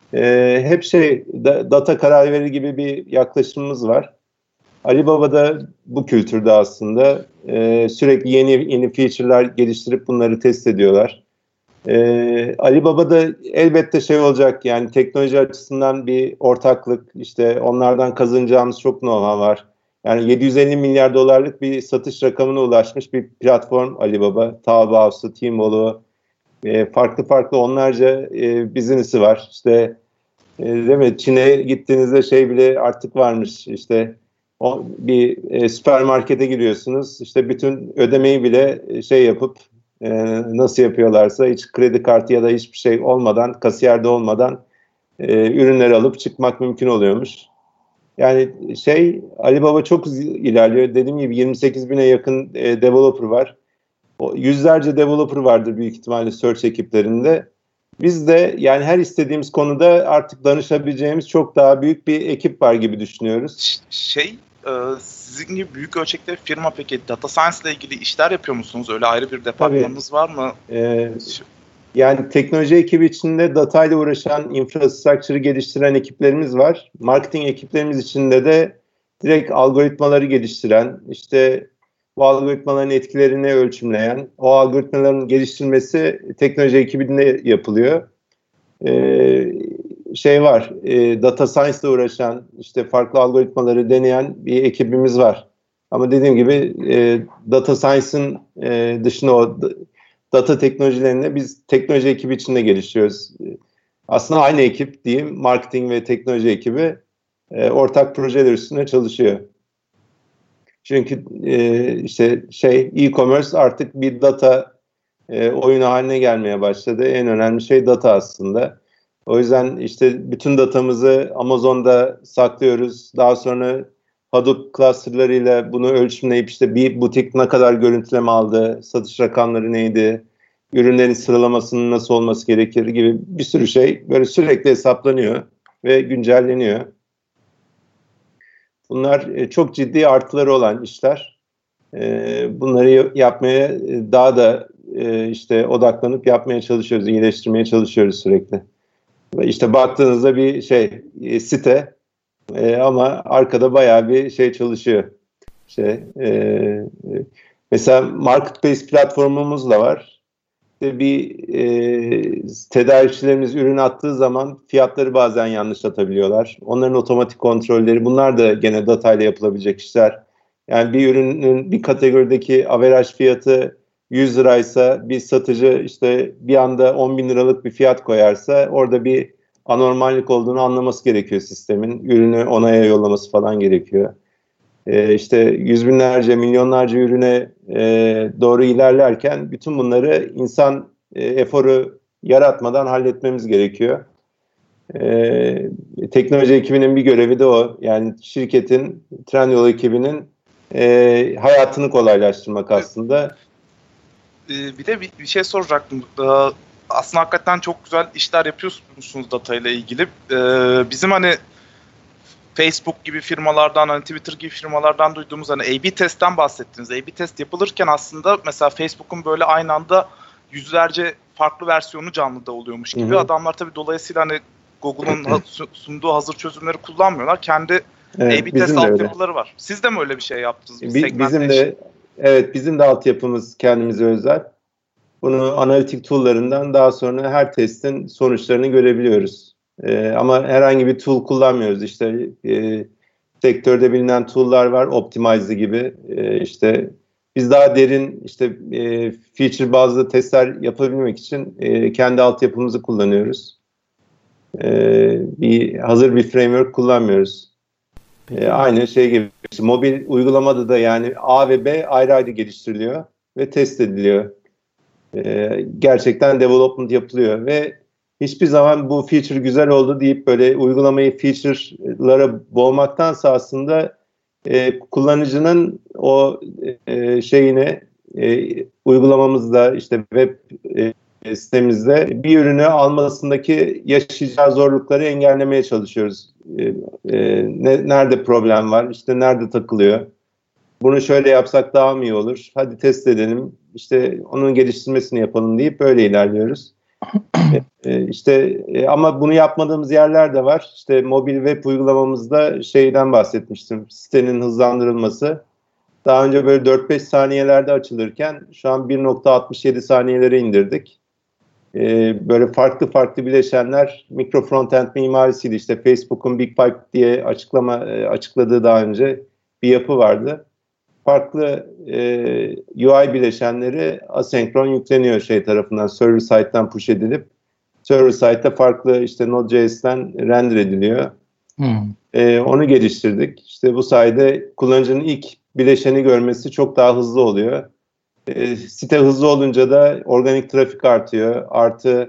e, hep şey da, data karar verir gibi bir yaklaşımımız var. Alibaba da bu kültürde aslında e, sürekli yeni yeni feature'lar geliştirip bunları test ediyorlar. E, Alibaba da elbette şey olacak, yani teknoloji açısından bir ortaklık, işte onlardan kazanacağımız çok know-how var. Yani yedi yüz elli milyar dolarlık bir satış rakamına ulaşmış bir platform Alibaba. Taobao'su, Tmall'u, e, farklı farklı onlarca e, business'ı var. İşte e, değil mi? Çin'e gittiğinizde şey bile artık varmış. İşte o, bir e, süpermarkete giriyorsunuz. İşte bütün ödemeyi bile e, şey yapıp e, nasıl yapıyorlarsa hiç kredi kartı ya da hiçbir şey olmadan, kasiyerde olmadan e, ürünleri alıp çıkmak mümkün oluyormuş. Yani şey, Alibaba çok ilerliyor. Dediğim gibi yirmi sekiz bine yakın e, developer var. O, yüzlerce developer vardır büyük ihtimalle search ekiplerinde. Biz de yani her istediğimiz konuda artık danışabileceğimiz çok daha büyük bir ekip var gibi düşünüyoruz. Şey, e, sizin gibi büyük ölçekte firma, peki data science ile ilgili işler yapıyor musunuz? Öyle ayrı bir departmanınız var mı? Ee, yani teknoloji ekibi içinde data ile uğraşan, infrastructure'ı geliştiren ekiplerimiz var. Marketing ekiplerimiz içinde de direkt algoritmaları geliştiren, işte bu algoritmaların etkilerini ölçümleyen, o algoritmaların geliştirilmesi teknoloji ekibinde yapılıyor. Ee, şey var, e, data science ile uğraşan, işte farklı algoritmaları deneyen bir ekibimiz var. Ama dediğim gibi e, data science'ın e, dışında o data teknolojilerini biz teknoloji ekibi içinde geliştiriyoruz. Aslında aynı ekip diyeyim, marketing ve teknoloji ekibi e, ortak projeler üstüne çalışıyor. Çünkü e, işte şey, e-commerce artık bir data e, oyunu haline gelmeye başladı. En önemli şey data aslında. O yüzden işte bütün datamızı Amazon'da saklıyoruz. Daha sonra Hadoop cluster'larıyla bunu ölçümleyip işte bir butik ne kadar görüntüleme aldı, satış rakamları neydi, ürünlerin sıralamasının nasıl olması gerekir gibi bir sürü şey böyle sürekli hesaplanıyor ve güncelleniyor. Bunlar çok ciddi artıları olan işler. Bunları yapmaya daha da işte odaklanıp yapmaya çalışıyoruz, iyileştirmeye çalışıyoruz sürekli. İşte baktığınızda bir şey site ama arkada bayağı bir şey çalışıyor. Şey, mesela marketplace platformumuz da var. İşte bir e, tedarikçilerimiz ürün attığı zaman fiyatları bazen yanlış atabiliyorlar. Onların otomatik kontrolleri, bunlar da gene data ile yapılabilecek işler. Yani bir ürünün bir kategorideki averaj fiyatı yüz liraysa bir satıcı işte bir anda on bin liralık bir fiyat koyarsa orada bir anormallik olduğunu anlaması gerekiyor sistemin. Ürünü onaya yollaması falan gerekiyor. Ee, işte yüz binlerce, milyonlarca ürüne e, doğru ilerlerken bütün bunları insan e, eforu yaratmadan halletmemiz gerekiyor. Ee, teknoloji ekibinin bir görevi de o. Yani şirketin, Trendyol ekibinin e, hayatını kolaylaştırmak aslında. Ee, bir de bir, bir şey soracaktım. Ee, aslında hakikaten çok güzel işler yapıyorsunuz data ile ilgili. Ee, bizim hani Facebook gibi firmalardan, hani Twitter gibi firmalardan duyduğumuz hani A B testten bahsettiniz. A B test yapılırken aslında mesela Facebook'un böyle aynı anda yüzlerce farklı versiyonu canlıda oluyormuş gibi. Hı-hı. Adamlar tabii dolayısıyla hani Google'un sunduğu hazır çözümleri kullanmıyorlar. Kendi evet, A B test altyapıları var. Siz de mi öyle bir şey yaptınız? Bir Bi- bizim de evet, bizim de altyapımız kendimize özel. Bunu analitik tool'larından daha sonra her testin sonuçlarını görebiliyoruz. Ee, ama herhangi bir tool kullanmıyoruz. İşte e, sektörde bilinen tool'lar var, Optimize gibi. E, işte biz daha derin işte e, feature bazlı testler yapabilmek için e, kendi altyapımızı kullanıyoruz. E, bir hazır bir framework kullanmıyoruz. E, aynı şey gibi. İşte mobil uygulamada da yani A ve B ayrı ayrı geliştiriliyor ve test ediliyor. E, gerçekten development yapılıyor ve hiçbir zaman bu feature güzel oldu deyip böyle uygulamayı feature'lara boğmaktansa aslında e, kullanıcının o e, şeyini e, uygulamamızda işte web e, sitemizde bir ürünü almasındaki yaşayacağı zorlukları engellemeye çalışıyoruz. E, e, ne, nerede problem var? İşte nerede takılıyor? Bunu şöyle yapsak daha mı iyi olur? Hadi test edelim. İşte onun geliştirmesini yapalım deyip böyle ilerliyoruz. e, işte e, ama bunu yapmadığımız yerler de var. İşte mobil web uygulamamızda şeyden bahsetmiştim. Sitenin hızlandırılması. Daha önce böyle dört beş saniyelerde açılırken şu an bir nokta altmış yedi saniyelere indirdik. Ee, böyle farklı farklı bileşenler mikro frontend mimarisiydi. İşte Facebook'un Big Pipe diye açıklama e, açıkladığı daha önce bir yapı vardı. Farklı e, U I bileşenleri asenkron yükleniyor şey tarafından, server side'dan push edilip server side'da farklı işte Node.js'ten render ediliyor. Hmm. E, onu geliştirdik. İşte bu sayede kullanıcının ilk bileşeni görmesi çok daha hızlı oluyor. E, site hızlı olunca da organik trafik artıyor. Artı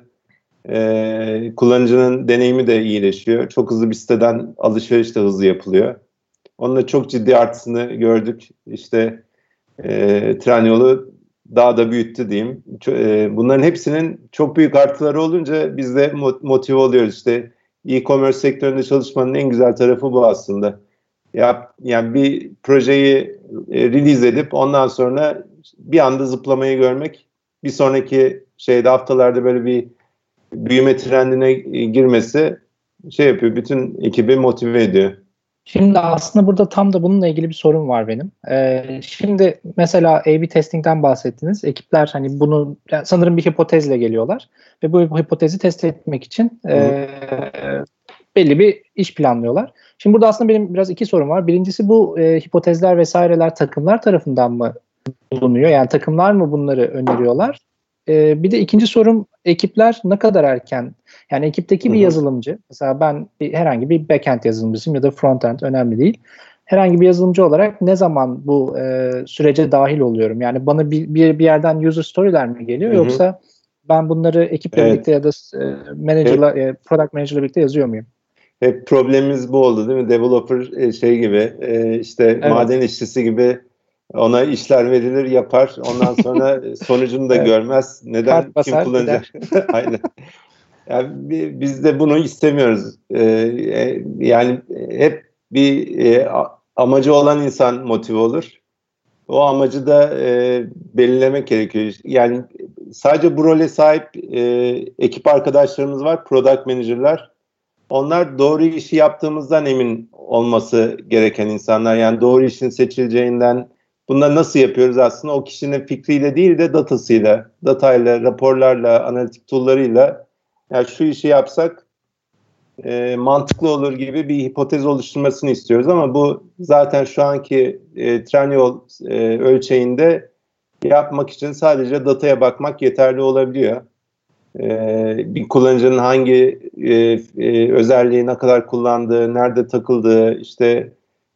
e, kullanıcının deneyimi de iyileşiyor. Çok hızlı bir siteden alışveriş de hızlı yapılıyor. Onun da çok ciddi artısını gördük. İşte e, Trendyol'u daha da büyüttü diyeyim. E, bunların hepsinin çok büyük artıları olunca biz de motive oluyoruz. İşte e-commerce sektöründe çalışmanın en güzel tarafı bu aslında. Ya, yani bir projeyi e, release edip ondan sonra bir anda zıplamayı görmek, bir sonraki şeyde haftalarda böyle bir büyüme trendine girmesi şey yapıyor, bütün ekibi motive ediyor. Şimdi aslında burada tam da bununla ilgili bir sorun var benim. Ee, şimdi mesela A B testing'den bahsettiniz. Ekipler hani bunu yani sanırım bir hipotezle geliyorlar ve bu hipotezi test etmek için e, belli bir iş planlıyorlar. Şimdi burada aslında benim biraz iki sorum var. Birincisi bu e, hipotezler vesaireler takımlar tarafından mı bulunuyor? Yani takımlar mı bunları öneriyorlar? Ee, bir de ikinci sorum, ekipler ne kadar erken? Yani ekipteki bir yazılımcı, mesela ben bir, herhangi bir backend yazılımcısıyım ya da frontend, önemli değil. Herhangi bir yazılımcı olarak ne zaman bu e, sürece dahil oluyorum? Yani bana bir, bir, bir yerden user story'ler mi geliyor, hı hı. Yoksa ben bunları ekiple evet. birlikte ya da e, manager'la, e, product manager'la birlikte yazıyor muyum? Hep problemimiz bu oldu değil mi? Developer şey gibi, e, işte evet. maden işçisi gibi ona işler verilir, yapar. Ondan sonra sonucunu da evet. görmez. Neden? Kart basar, kim kullanacak? Aynen. Yani biz de bunu istemiyoruz. Ee, yani hep bir e, amacı olan insan motive olur. O amacı da e, belirlemek gerekiyor. Yani sadece bu role sahip e, ekip arkadaşlarımız var, product manager'lar. Onlar doğru işi yaptığımızdan emin olması gereken insanlar. Yani doğru işin seçileceğinden, bunları nasıl yapıyoruz aslında o kişinin fikriyle değil de datasıyla, datayla, raporlarla, analitik tool'larıyla, yani şu işi yapsak e, mantıklı olur gibi bir hipotez oluşturmasını istiyoruz ama bu zaten şu anki e, Trendyol e, ölçeğinde yapmak için sadece dataya bakmak yeterli olabiliyor. E, bir kullanıcının hangi e, e, özelliği ne kadar kullandığı, nerede takıldığı, işte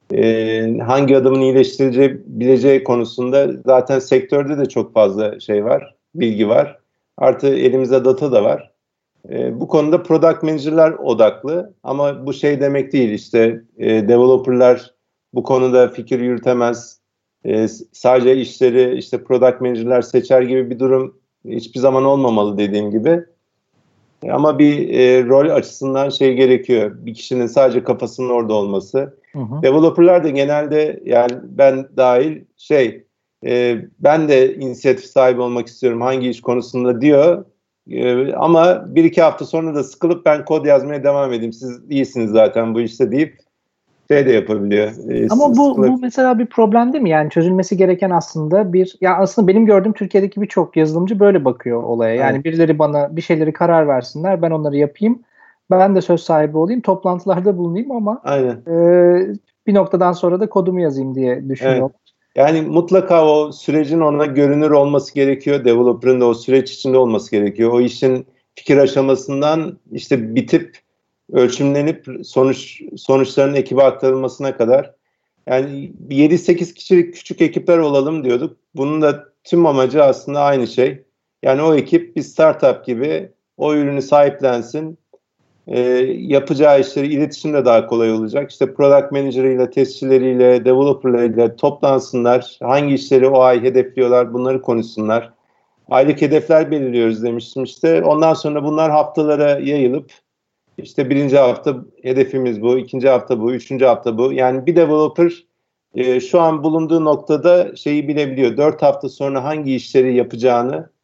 e, hangi adımın iyileştirilebileceği konusunda zaten sektörde de çok fazla şey var, bilgi var. Artı elimizde data da var. E, bu konuda product manager'lar odaklı ama bu şey demek değil, işte e, developer'lar bu konuda fikir yürütemez, e, sadece işleri işte product manager'lar seçer gibi bir durum hiçbir zaman olmamalı dediğim gibi. E, ama bir e, rol açısından şey gerekiyor, bir kişinin sadece kafasının orada olması. Hı hı. Developer'lar da genelde, yani ben dahil şey e, ben de inisiyatif sahibi olmak istiyorum hangi iş konusunda diyor. Ee, ama bir iki hafta sonra da sıkılıp ben kod yazmaya devam edeyim, siz iyisiniz zaten bu işte deyip şey de yapabiliyor. Ee, ama bu, bu mesela bir problem değil mi? Yani çözülmesi gereken aslında bir, ya aslında benim gördüğüm Türkiye'deki birçok yazılımcı böyle bakıyor olaya. Yani evet. Birileri bana bir şeyleri karar versinler, ben onları yapayım, ben de söz sahibi olayım, toplantılarda bulunayım ama e, bir noktadan sonra da kodumu yazayım diye düşünüyorum. Evet. Yani mutlaka o sürecin ona görünür olması gerekiyor. Developer'ın da o süreç içinde olması gerekiyor. O işin fikir aşamasından işte bitip ölçümlenip sonuç sonuçların ekibe aktarılmasına kadar. Yani yedi sekiz kişilik küçük ekipler olalım diyorduk. Bunun da tüm amacı aslında aynı şey. Yani o ekip bir startup gibi o ürünü sahiplensin. E, yapacağı işleri, iletişim de daha kolay olacak. İşte product manager'ıyla, testçileriyle, developer'larıyla toplansınlar. Hangi işleri o ay hedefliyorlar, bunları konuşsunlar. Aylık hedefler belirliyoruz demiştim işte. Ondan sonra bunlar haftalara yayılıp işte birinci hafta hedefimiz bu, ikinci hafta bu, üçüncü hafta bu. Yani bir developer e, şu an bulunduğu noktada şeyi bilebiliyor. Dört hafta sonra hangi işleri yapacağını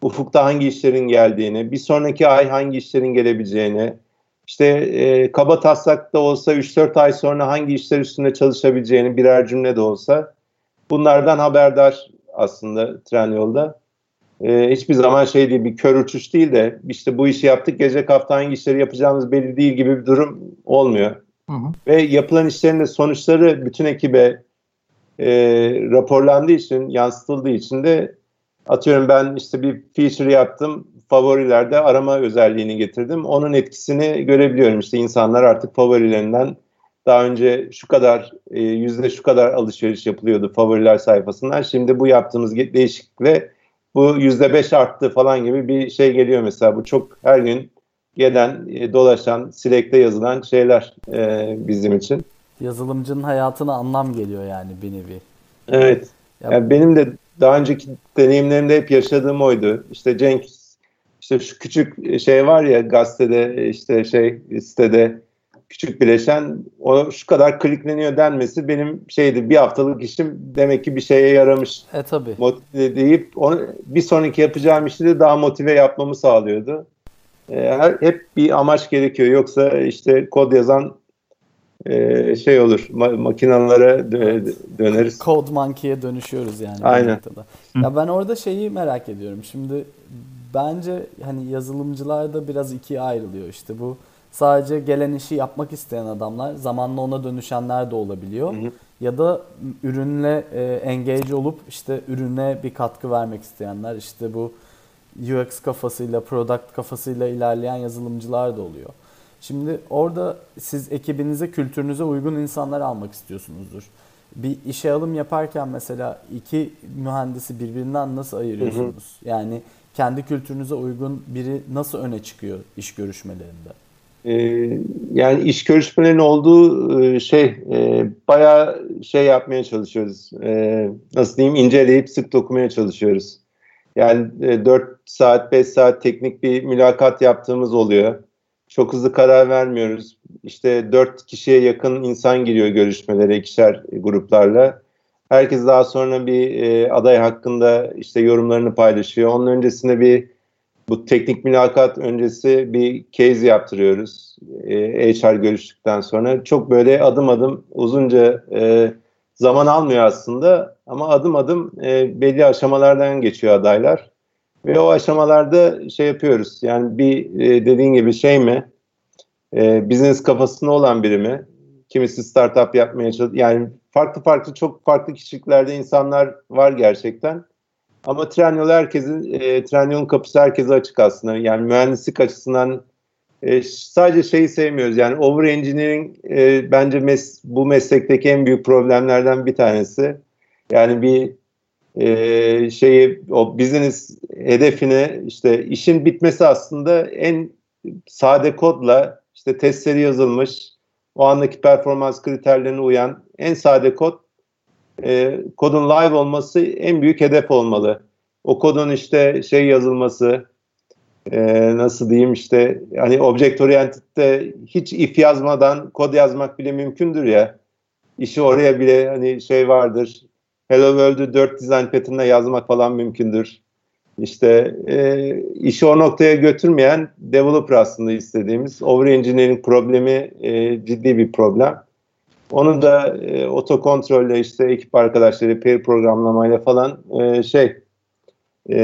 ufukta hangi işlerin geldiğini, bir sonraki ay hangi işlerin gelebileceğini, işte e, kaba taslak da olsa üç dört ay sonra hangi işler üstünde çalışabileceğini birer cümle de olsa bunlardan haberdar aslında Trendyol'da. E, hiçbir zaman şey değil, bir kör uçuş değil de işte bu işi yaptık, gelecek hafta hangi işleri yapacağımız belli değil gibi bir durum olmuyor. Hı hı. Ve yapılan işlerin de sonuçları bütün ekibe e, raporlandığı için, yansıtıldığı için de atıyorum ben işte bir feature yaptım, favorilerde arama özelliğini getirdim. Onun etkisini görebiliyorum. İşte insanlar artık favorilerinden daha önce şu kadar, e, yüzde şu kadar alışveriş yapılıyordu favoriler sayfasından. Şimdi bu yaptığımız değişiklikle bu yüzde beş arttı falan gibi bir şey geliyor mesela. Bu çok her gün gelen, e, dolaşan, Slack'te yazılan şeyler e, bizim için. Yazılımcının hayatına anlam geliyor yani bir nevi. Evet. Yani benim de daha önceki deneyimlerimde hep yaşadığım oydu. İşte Cenk, işte şu küçük şey var ya gazetede, işte şey sitede küçük bileşen, o şu kadar klikleniyor denmesi benim şeydi, bir haftalık işim demek ki bir şeye yaramış. E tabii. Motive deyip onu, bir sonraki yapacağım işi de daha motive yapmamı sağlıyordu. E, hep bir amaç gerekiyor. Yoksa işte kod yazan Ee, şey olur, ma- makinalara dö- döneriz. Code monkey'e dönüşüyoruz yani. Aynen. Ya ben orada şeyi merak ediyorum. Şimdi bence hani yazılımcılar da biraz ikiye ayrılıyor. İşte bu sadece gelen işi yapmak isteyen adamlar, zamanla ona dönüşenler de olabiliyor. Hı hı. Ya da ürünle e, engage olup işte ürüne bir katkı vermek isteyenler, işte bu U X kafasıyla, product kafasıyla ilerleyen yazılımcılar da oluyor. Şimdi orada siz ekibinize, kültürünüze uygun insanlar almak istiyorsunuzdur. Bir işe alım yaparken mesela iki mühendisi birbirinden nasıl ayırıyorsunuz? Hı hı. Yani kendi kültürünüze uygun biri nasıl öne çıkıyor iş görüşmelerinde? Ee, yani iş görüşmelerinin olduğu şey e, bayağı şey yapmaya çalışıyoruz. E, nasıl diyeyim, inceleyip sık dokumaya çalışıyoruz. Yani e, dört saat, beş saat teknik bir mülakat yaptığımız oluyor. Çok hızlı karar vermiyoruz. İşte dört kişiye yakın insan giriyor görüşmelere ikişer gruplarla. Herkes daha sonra bir e, aday hakkında işte yorumlarını paylaşıyor. Onun öncesinde bir bu teknik mülakat öncesi bir case yaptırıyoruz. E, H R görüştükten sonra. Çok böyle adım adım uzunca e, zaman almıyor aslında. Ama adım adım e, belli aşamalardan geçiyor adaylar. Ve o aşamalarda şey yapıyoruz. Yani bir e, dediğin gibi şey mi? E, business kafasında olan biri mi? Kimisi startup yapmaya çalışıyor. Yani farklı farklı çok farklı kişiliklerde insanlar var gerçekten. Ama Trendyol herkesin, e, Trendyol'un kapısı herkese açık aslında. Yani mühendislik açısından e, sadece şeyi sevmiyoruz. Yani over engineering e, bence mes- bu meslekteki en büyük problemlerden bir tanesi. Yani bir e, şeyi, o business hedefine, işte işin bitmesi aslında en sade kodla, işte testleri yazılmış, o andaki performans kriterlerine uyan en sade kod, e, kodun live olması en büyük hedef olmalı. O kodun işte şey yazılması, e, nasıl diyeyim, işte hani object oriented'de hiç if yazmadan kod yazmak bile mümkündür ya. İşi oraya bile hani şey vardır. Hello World'ü dört design pattern'la yazmak falan mümkündür. İşte e, işi o noktaya götürmeyen developer aslında istediğimiz. Over engineering problemi e, ciddi bir problem. Onu da e, otokontrolle, işte ekip arkadaşları pair programlamayla falan e, şey e,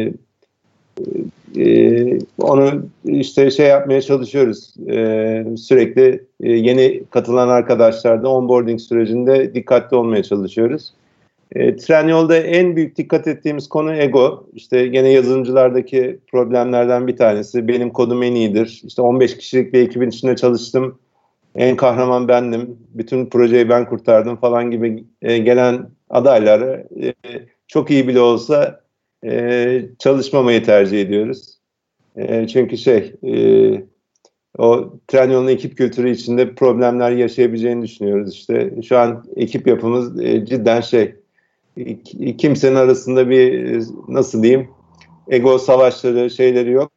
e, onu işte şey yapmaya çalışıyoruz. E, sürekli e, yeni katılan arkadaşlarda onboarding sürecinde dikkatli olmaya çalışıyoruz. E, Trendyol'da en büyük dikkat ettiğimiz konu ego. İşte gene yazılımcılardaki problemlerden bir tanesi. Benim kodum en iyidir. İşte on beş kişilik bir ekibin içinde çalıştım. En kahraman bendim. Bütün projeyi ben kurtardım falan gibi e, gelen adayları e, çok iyi bile olsa e, çalışmamayı tercih ediyoruz. E, çünkü şey e, o Trendyol'un ekip kültürü içinde problemler yaşayabileceğini düşünüyoruz. İşte şu an ekip yapımız e, cidden şey, kimsenin arasında bir, nasıl diyeyim, ego savaşları, şeyleri yok.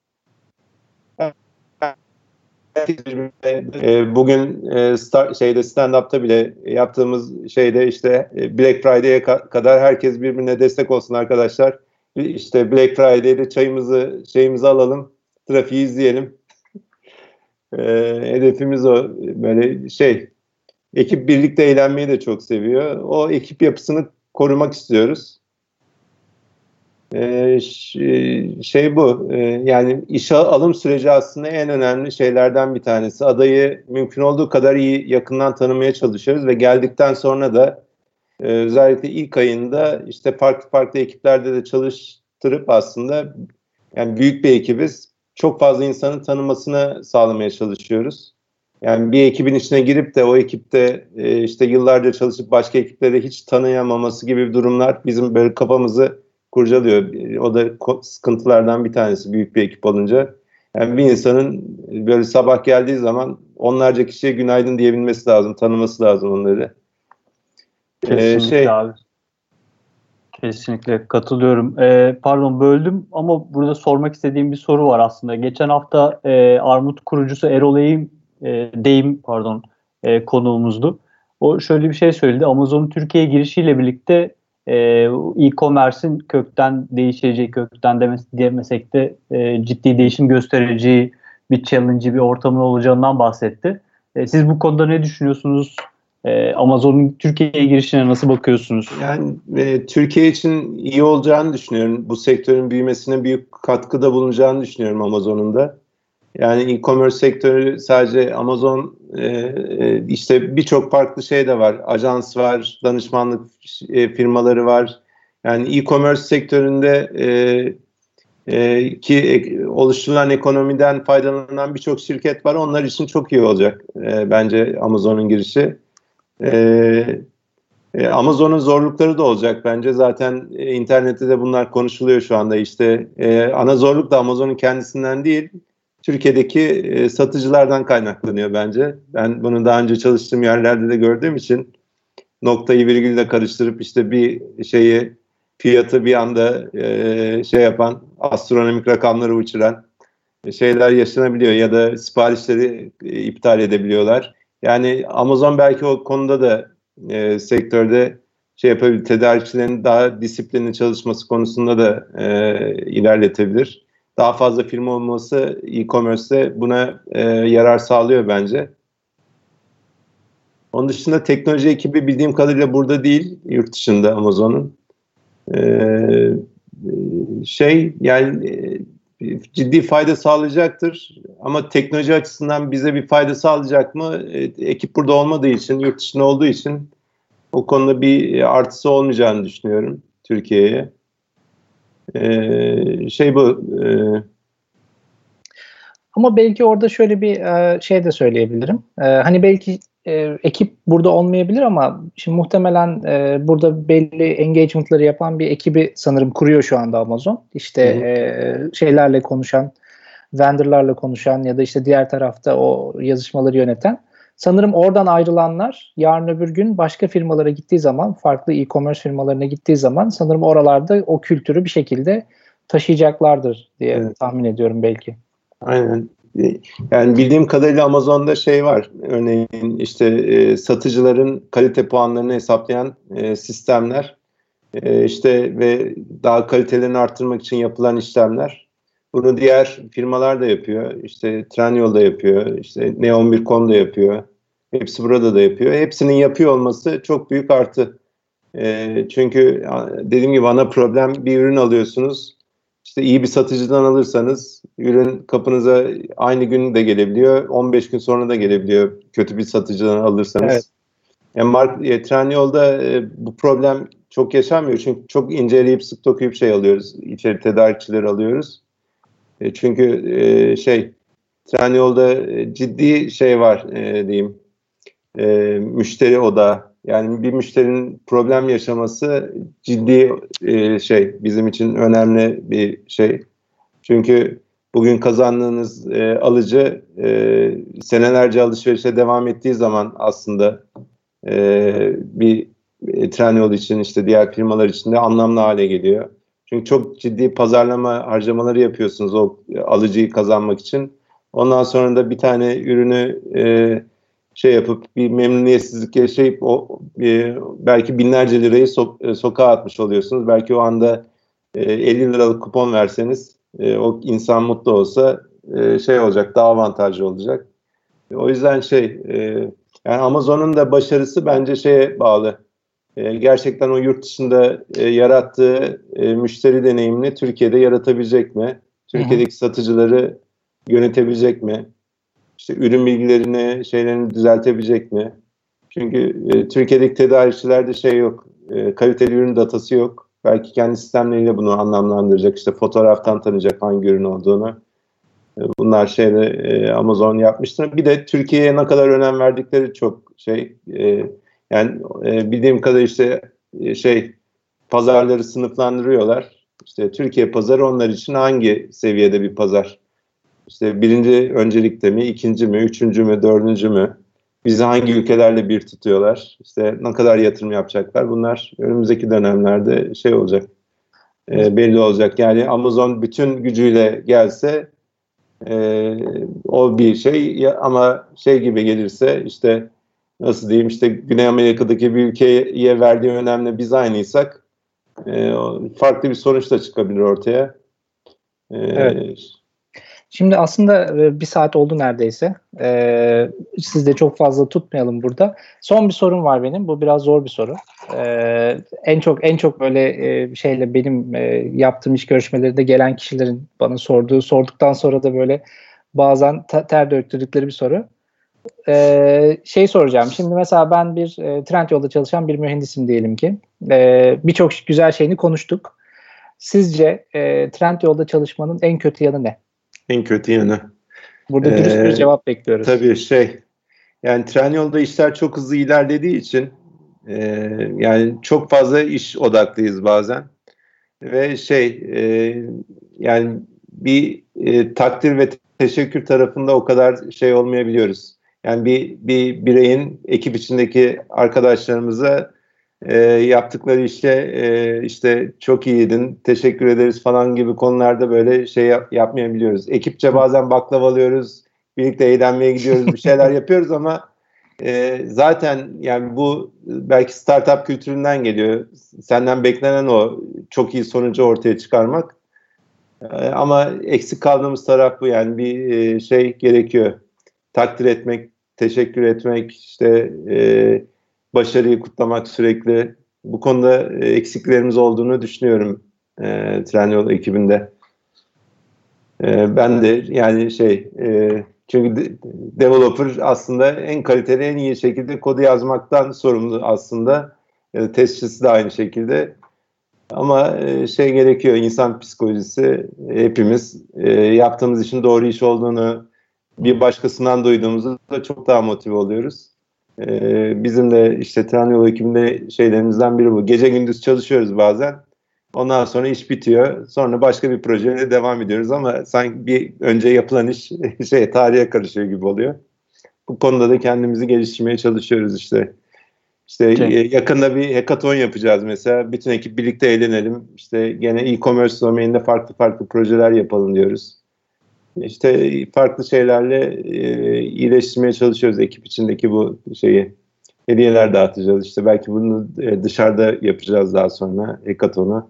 Bugün start, şeyde stand-up'ta bile yaptığımız şeyde işte Black Friday'e kadar herkes birbirine destek olsun arkadaşlar. işte Black Friday'de çayımızı şeyimizi alalım, trafiği izleyelim. E, hedefimiz o. Böyle şey, ekip birlikte eğlenmeyi de çok seviyor. O ekip yapısını korumak istiyoruz. Ee, şey bu, ee, yani işe alım süreci aslında en önemli şeylerden bir tanesi. Adayı mümkün olduğu kadar iyi yakından tanımaya çalışıyoruz ve geldikten sonra da e, özellikle ilk ayında işte farklı farklı ekiplerde de çalıştırıp aslında yani büyük bir ekibiz. Çok fazla insanın tanımasını sağlamaya çalışıyoruz. Yani bir ekibin içine girip de o ekipte e, işte yıllarca çalışıp başka ekipleri hiç tanıyamaması gibi durumlar bizim böyle kafamızı kurcalıyor. O da sıkıntılardan bir tanesi büyük bir ekip olunca. Yani bir insanın böyle sabah geldiği zaman onlarca kişiye günaydın diyebilmesi lazım, tanıması lazım onları. Kesinlikle Ee, şey, abi. Kesinlikle katılıyorum. Ee, pardon böldüm ama burada sormak istediğim bir soru var aslında. Geçen hafta e, Armut kurucusu Erol Eğim, e, Deyim pardon e, konuğumuzdu. O şöyle bir şey söyledi. Amazon'un Türkiye'ye girişiyle birlikte e, e-commerce'in kökten değişeceği, kökten demes demesek de e, ciddi değişim göstereceği bir challenge'i, bir ortamın olacağından bahsetti. E, siz bu konuda ne düşünüyorsunuz? Ee, Amazon'un Türkiye'ye girişine nasıl bakıyorsunuz? Yani e, Türkiye için iyi olacağını düşünüyorum. Bu sektörün büyümesine büyük katkıda bulunacağını düşünüyorum Amazon'un da. Yani e-commerce sektörü sadece Amazon e, e, işte birçok farklı şey de var. Ajans var, danışmanlık e, firmaları var. Yani e-commerce sektöründe e, e, ki e, oluşturulan ekonomiden faydalanan birçok şirket var. Onlar için çok iyi olacak e, bence Amazon'un girişi. E, e, Amazon'un zorlukları da olacak bence. Zaten e, internette de bunlar konuşuluyor şu anda. İşte e, ana zorluk da Amazon'un kendisinden değil, Türkiye'deki e, satıcılardan kaynaklanıyor bence. Ben bunu daha önce çalıştığım yerlerde de gördüğüm için noktayı virgülle karıştırıp işte bir şeyi, fiyatı bir anda e, şey yapan, astronomik rakamları uçuran şeyler yaşanabiliyor ya da siparişleri e, iptal edebiliyorlar. Yani Amazon belki o konuda da e, sektörde şey yapabilir, tedarikçilerin daha disiplinli çalışması konusunda da e, ilerletebilir. Daha fazla firma olması e-commerce'de buna e, yarar sağlıyor bence. Onun dışında teknoloji ekibi bildiğim kadarıyla burada değil, yurt dışında Amazon'un. Ee, şey yani e, ciddi fayda sağlayacaktır ama teknoloji açısından bize bir fayda sağlayacak mı? E, ekip burada olmadığı için, yurt dışında olduğu için o konuda bir artısı olmayacağını düşünüyorum Türkiye'ye. Ee, şey bu e, ama belki orada şöyle bir e, şey de söyleyebilirim. E, hani belki e, ekip burada olmayabilir ama şimdi muhtemelen e, burada belli engagement'ları yapan bir ekibi sanırım kuruyor şu anda Amazon. İşte e, şeylerle konuşan, vendorlarla konuşan ya da işte diğer tarafta o yazışmaları yöneten. Sanırım oradan ayrılanlar yarın öbür gün başka firmalara gittiği zaman, farklı e-commerce firmalarına gittiği zaman sanırım oralarda o kültürü bir şekilde taşıyacaklardır diye evet. tahmin ediyorum belki. Aynen. Yani bildiğim kadarıyla Amazon'da şey var. Örneğin işte e, satıcıların kalite puanlarını hesaplayan e, sistemler, e, işte ve daha kalitelerini arttırmak için yapılan işlemler. Bunu diğer firmalar da yapıyor. İşte Trendyol da yapıyor. İşte ne on bir nokta com da yapıyor. Hepsi burada da yapıyor. Hepsinin yapıyor olması çok büyük artı. E, çünkü dediğim gibi ana problem, bir ürün alıyorsunuz. İşte iyi bir satıcıdan alırsanız ürün kapınıza aynı gün de gelebiliyor, on beş gün sonra da gelebiliyor kötü bir satıcıdan alırsanız. Evet. Yani Mark, e, Trendyol'da e, bu problem çok yaşanmıyor çünkü çok inceleyip sık dokuyup şey alıyoruz, içeri tedarikçileri alıyoruz. E, çünkü e, şey Trendyol'da e, ciddi şey var e, diyeyim, e, müşteri odağı. Yani bir müşterinin problem yaşaması ciddi e, şey bizim için önemli bir şey. Çünkü bugün kazandığınız e, alıcı e, senelerce alışverişe devam ettiği zaman aslında e, bir e, Trendyol için işte diğer firmalar için de anlamlı hale geliyor. Çünkü çok ciddi pazarlama harcamaları yapıyorsunuz o alıcıyı kazanmak için. Ondan sonra da bir tane ürünü e, şey yapıp bir memnuniyetsizlik yaşayıp o e, belki binlerce lirayı so- e, sokağa atmış oluyorsunuz. Belki o anda e, elli liralık kupon verseniz e, o insan mutlu olsa e, şey olacak, daha avantajlı olacak. E, o yüzden şey e, yani Amazon'un da başarısı bence şeye bağlı. E, gerçekten o yurt dışında e, yarattığı e, müşteri deneyimini Türkiye'de yaratabilecek mi? Türkiye'deki hı hı. satıcıları yönetebilecek mi? İşte ürün bilgilerini, şeylerini düzeltebilecek mi? Çünkü e, Türkiye'deki tedarikçilerde şey yok, e, kaliteli ürün datası yok. Belki kendi sistemleriyle bunu anlamlandıracak, işte fotoğraftan tanıyacak hangi ürün olduğunu. E, bunlar şeyde e, Amazon yapmıştır. Bir de Türkiye'ye ne kadar önem verdikleri çok şey, e, yani e, bildiğim kadarıyla işte e, şey pazarları sınıflandırıyorlar. İşte Türkiye pazarı onlar için hangi seviyede bir pazar? İşte birinci öncelikte mi, ikinci mi, üçüncü mü, dördüncü mü? Bizi hangi ülkelerle bir tutuyorlar? İşte ne kadar yatırım yapacaklar? Bunlar önümüzdeki dönemlerde şey olacak, e, belli olacak. Yani Amazon bütün gücüyle gelse e, o bir şey ya, ama şey gibi gelirse işte nasıl diyeyim işte Güney Amerika'daki bir ülkeye verdiği önemle biz aynıysak e, farklı bir sonuç da çıkabilir ortaya. E, evet. Şimdi aslında bir saat oldu neredeyse. Ee, siz de çok fazla tutmayalım burada. Son bir sorum var benim. Bu biraz zor bir soru. Ee, en çok en çok böyle e, şeyle benim e, yaptığım iş görüşmelerinde gelen kişilerin bana sorduğu, sorduktan sonra da böyle bazen ter döktürdükleri bir soru. Ee, şey soracağım. Şimdi mesela ben bir e, Trendyol'da çalışan bir mühendisim diyelim ki. Ee, birçok güzel şeyini konuştuk. Sizce e, Trendyol'da çalışmanın en kötü yanı ne? En kötü yanı. Burada ee, dürüst bir cevap bekliyoruz. Tabii şey, yani Trendyol'da işler çok hızlı ilerlediği için e, yani çok fazla iş odaklıyız bazen ve şey e, yani bir e, takdir ve teşekkür tarafında o kadar şey olmayabiliyoruz. Yani bir bir bireyin ekip içindeki arkadaşlarımıza e, yaptıkları işe e, işte çok iyiydin, teşekkür ederiz falan gibi konularda böyle şey yap, yapmayabiliyoruz. Ekipçe bazen baklavalıyoruz, birlikte eğlenmeye gidiyoruz, bir şeyler yapıyoruz ama e, zaten yani bu belki startup kültüründen geliyor. Senden beklenen o çok iyi sonucu ortaya çıkarmak. E, ama eksik kaldığımız taraf bu, yani bir e, şey gerekiyor. Takdir etmek, teşekkür etmek, işte e, başarıyı kutlamak sürekli. Bu konuda e, eksiklerimiz olduğunu düşünüyorum e, Trendyol ekibinde. E, ben de yani şey e, çünkü de, developer aslında en kaliteli, en iyi şekilde kodu yazmaktan sorumlu aslında. E, testçisi de aynı şekilde. Ama e, şey gerekiyor, insan psikolojisi, hepimiz e, yaptığımız işin doğru iş olduğunu bir başkasından duyduğumuzda çok daha motive oluyoruz. Ee, bizim de işte Trendyol ekibinde şeylerimizden biri bu. Gece gündüz çalışıyoruz bazen. Ondan sonra iş bitiyor. Sonra başka bir projeyle devam ediyoruz ama sanki bir önce yapılan iş şey tarihe karışıyor gibi oluyor. Bu konuda da kendimizi geliştirmeye çalışıyoruz işte. İşte şey. Yakında bir hackathon yapacağız mesela. Bütün ekip birlikte eğlenelim. İşte gene e-commerce domaininde farklı farklı projeler yapalım diyoruz. İşte farklı şeylerle e, iyileştirmeye çalışıyoruz ekip içindeki bu şeyi. Hediyeler dağıtacağız. İşte belki bunu e, dışarıda yapacağız daha sonra hackathon'u.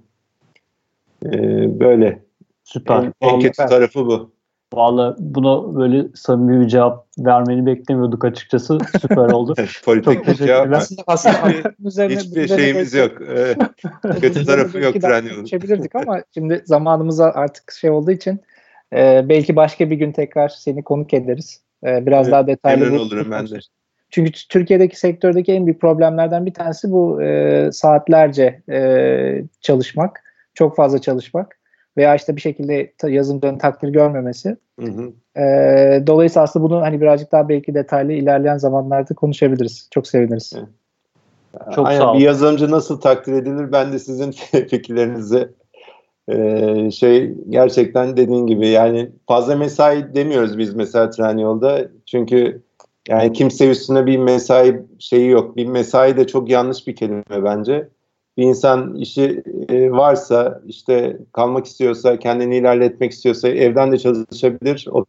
E, böyle. Süper. En, en kötü tarafı bu. Vallahi buna böyle samimi bir cevap vermeni beklemiyorduk açıkçası. Süper oldu. Politik bir cevap. Aslında, aslında hiçbir şeyimiz yok. Kötü tarafı yok Trendyol'un. Konuşabilirdik ama şimdi zamanımız artık şey olduğu için e, belki başka bir gün tekrar seni konuk ederiz. E, biraz evet, daha detaylı. Memnun olurum ben de. Çünkü Türkiye'deki sektördeki en büyük problemlerden bir tanesi bu e, saatlerce e, çalışmak, çok fazla çalışmak veya işte bir şekilde yazılımcının takdir görmemesi. Hı hı. E, dolayısıyla aslında bunu hani birazcık daha belki detaylı ilerleyen zamanlarda konuşabiliriz. Çok seviniriz. Evet. Çok Aynen, sağ olun. Bir yazılımcı nasıl takdir edilir? Ben de sizin fikirlerinizi e, şey gerçekten dediğin gibi, yani fazla mesai demiyoruz biz mesela Trendyol'da. Çünkü yani kimse üstüne bir mesai şeyi yok. Bir mesai de çok yanlış bir kelime bence. Bir insan işi e, varsa, işte kalmak istiyorsa, kendini ilerletmek istiyorsa evden de çalışabilir. O,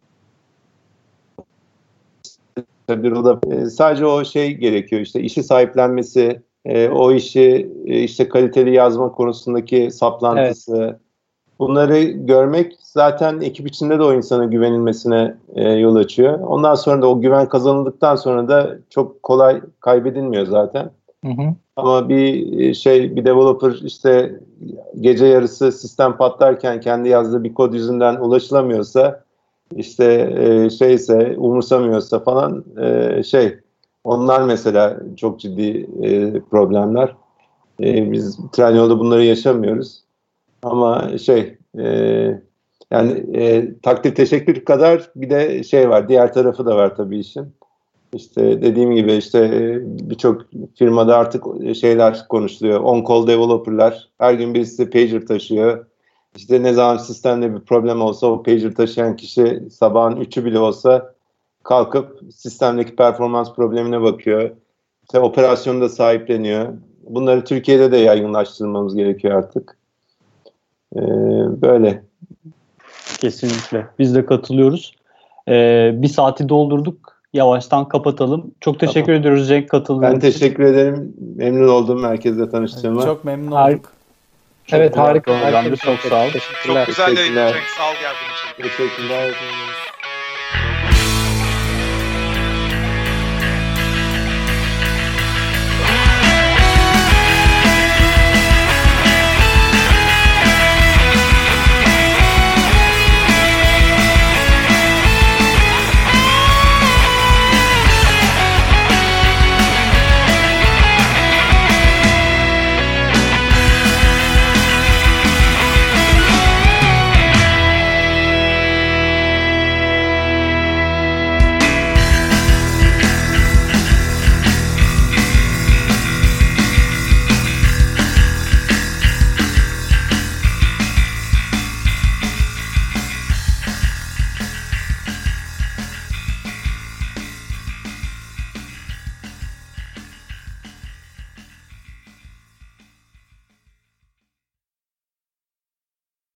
o da e, sadece o şey gerekiyor, işte işi sahiplenmesi, e, o işi e, işte kaliteli yazma konusundaki saplantısı, bunları görmek zaten ekip içinde de o insana güvenilmesine e, yol açıyor. Ondan sonra da o güven kazanıldıktan sonra da çok kolay kaybedilmiyor zaten. Hı hı. Ama bir şey, bir developer işte gece yarısı sistem patlarken kendi yazdığı bir kod yüzünden ulaşılamıyorsa, işte e, şeyse, umursamıyorsa falan e, şey, onlar mesela çok ciddi e, problemler. E, biz Trendyol'da bunları yaşamıyoruz. Ama şey, e, yani e, takdir teşekkür kadar bir de şey var, diğer tarafı da var tabii işin. İşte dediğim gibi işte birçok firmada artık şeyler konuşuluyor. On-call developerlar. Her gün birisi pager taşıyor. İşte ne zaman sistemde bir problem olsa o pager taşıyan kişi sabahın üçü bile olsa kalkıp sistemdeki performans problemine bakıyor. İşte operasyonu da sahipleniyor. Bunları Türkiye'de de yaygınlaştırmamız gerekiyor artık. Ee, böyle. Kesinlikle. Biz de katılıyoruz. Ee, bir saati doldurduk. Yavaştan kapatalım. Çok teşekkür Tamam. ediyoruz Cenk katıldığın Ben için. teşekkür ederim. Memnun oldum herkesle tanıştığıma. Çok memnun Har- olduk. Evet, güzel harika. programdı. harika bir Çok sohbet. sağ ol. Çok Teşekkürler. güzel yayın Teşekkürler. Cenk. Sağ ol geldiğin için. Teşekkürler.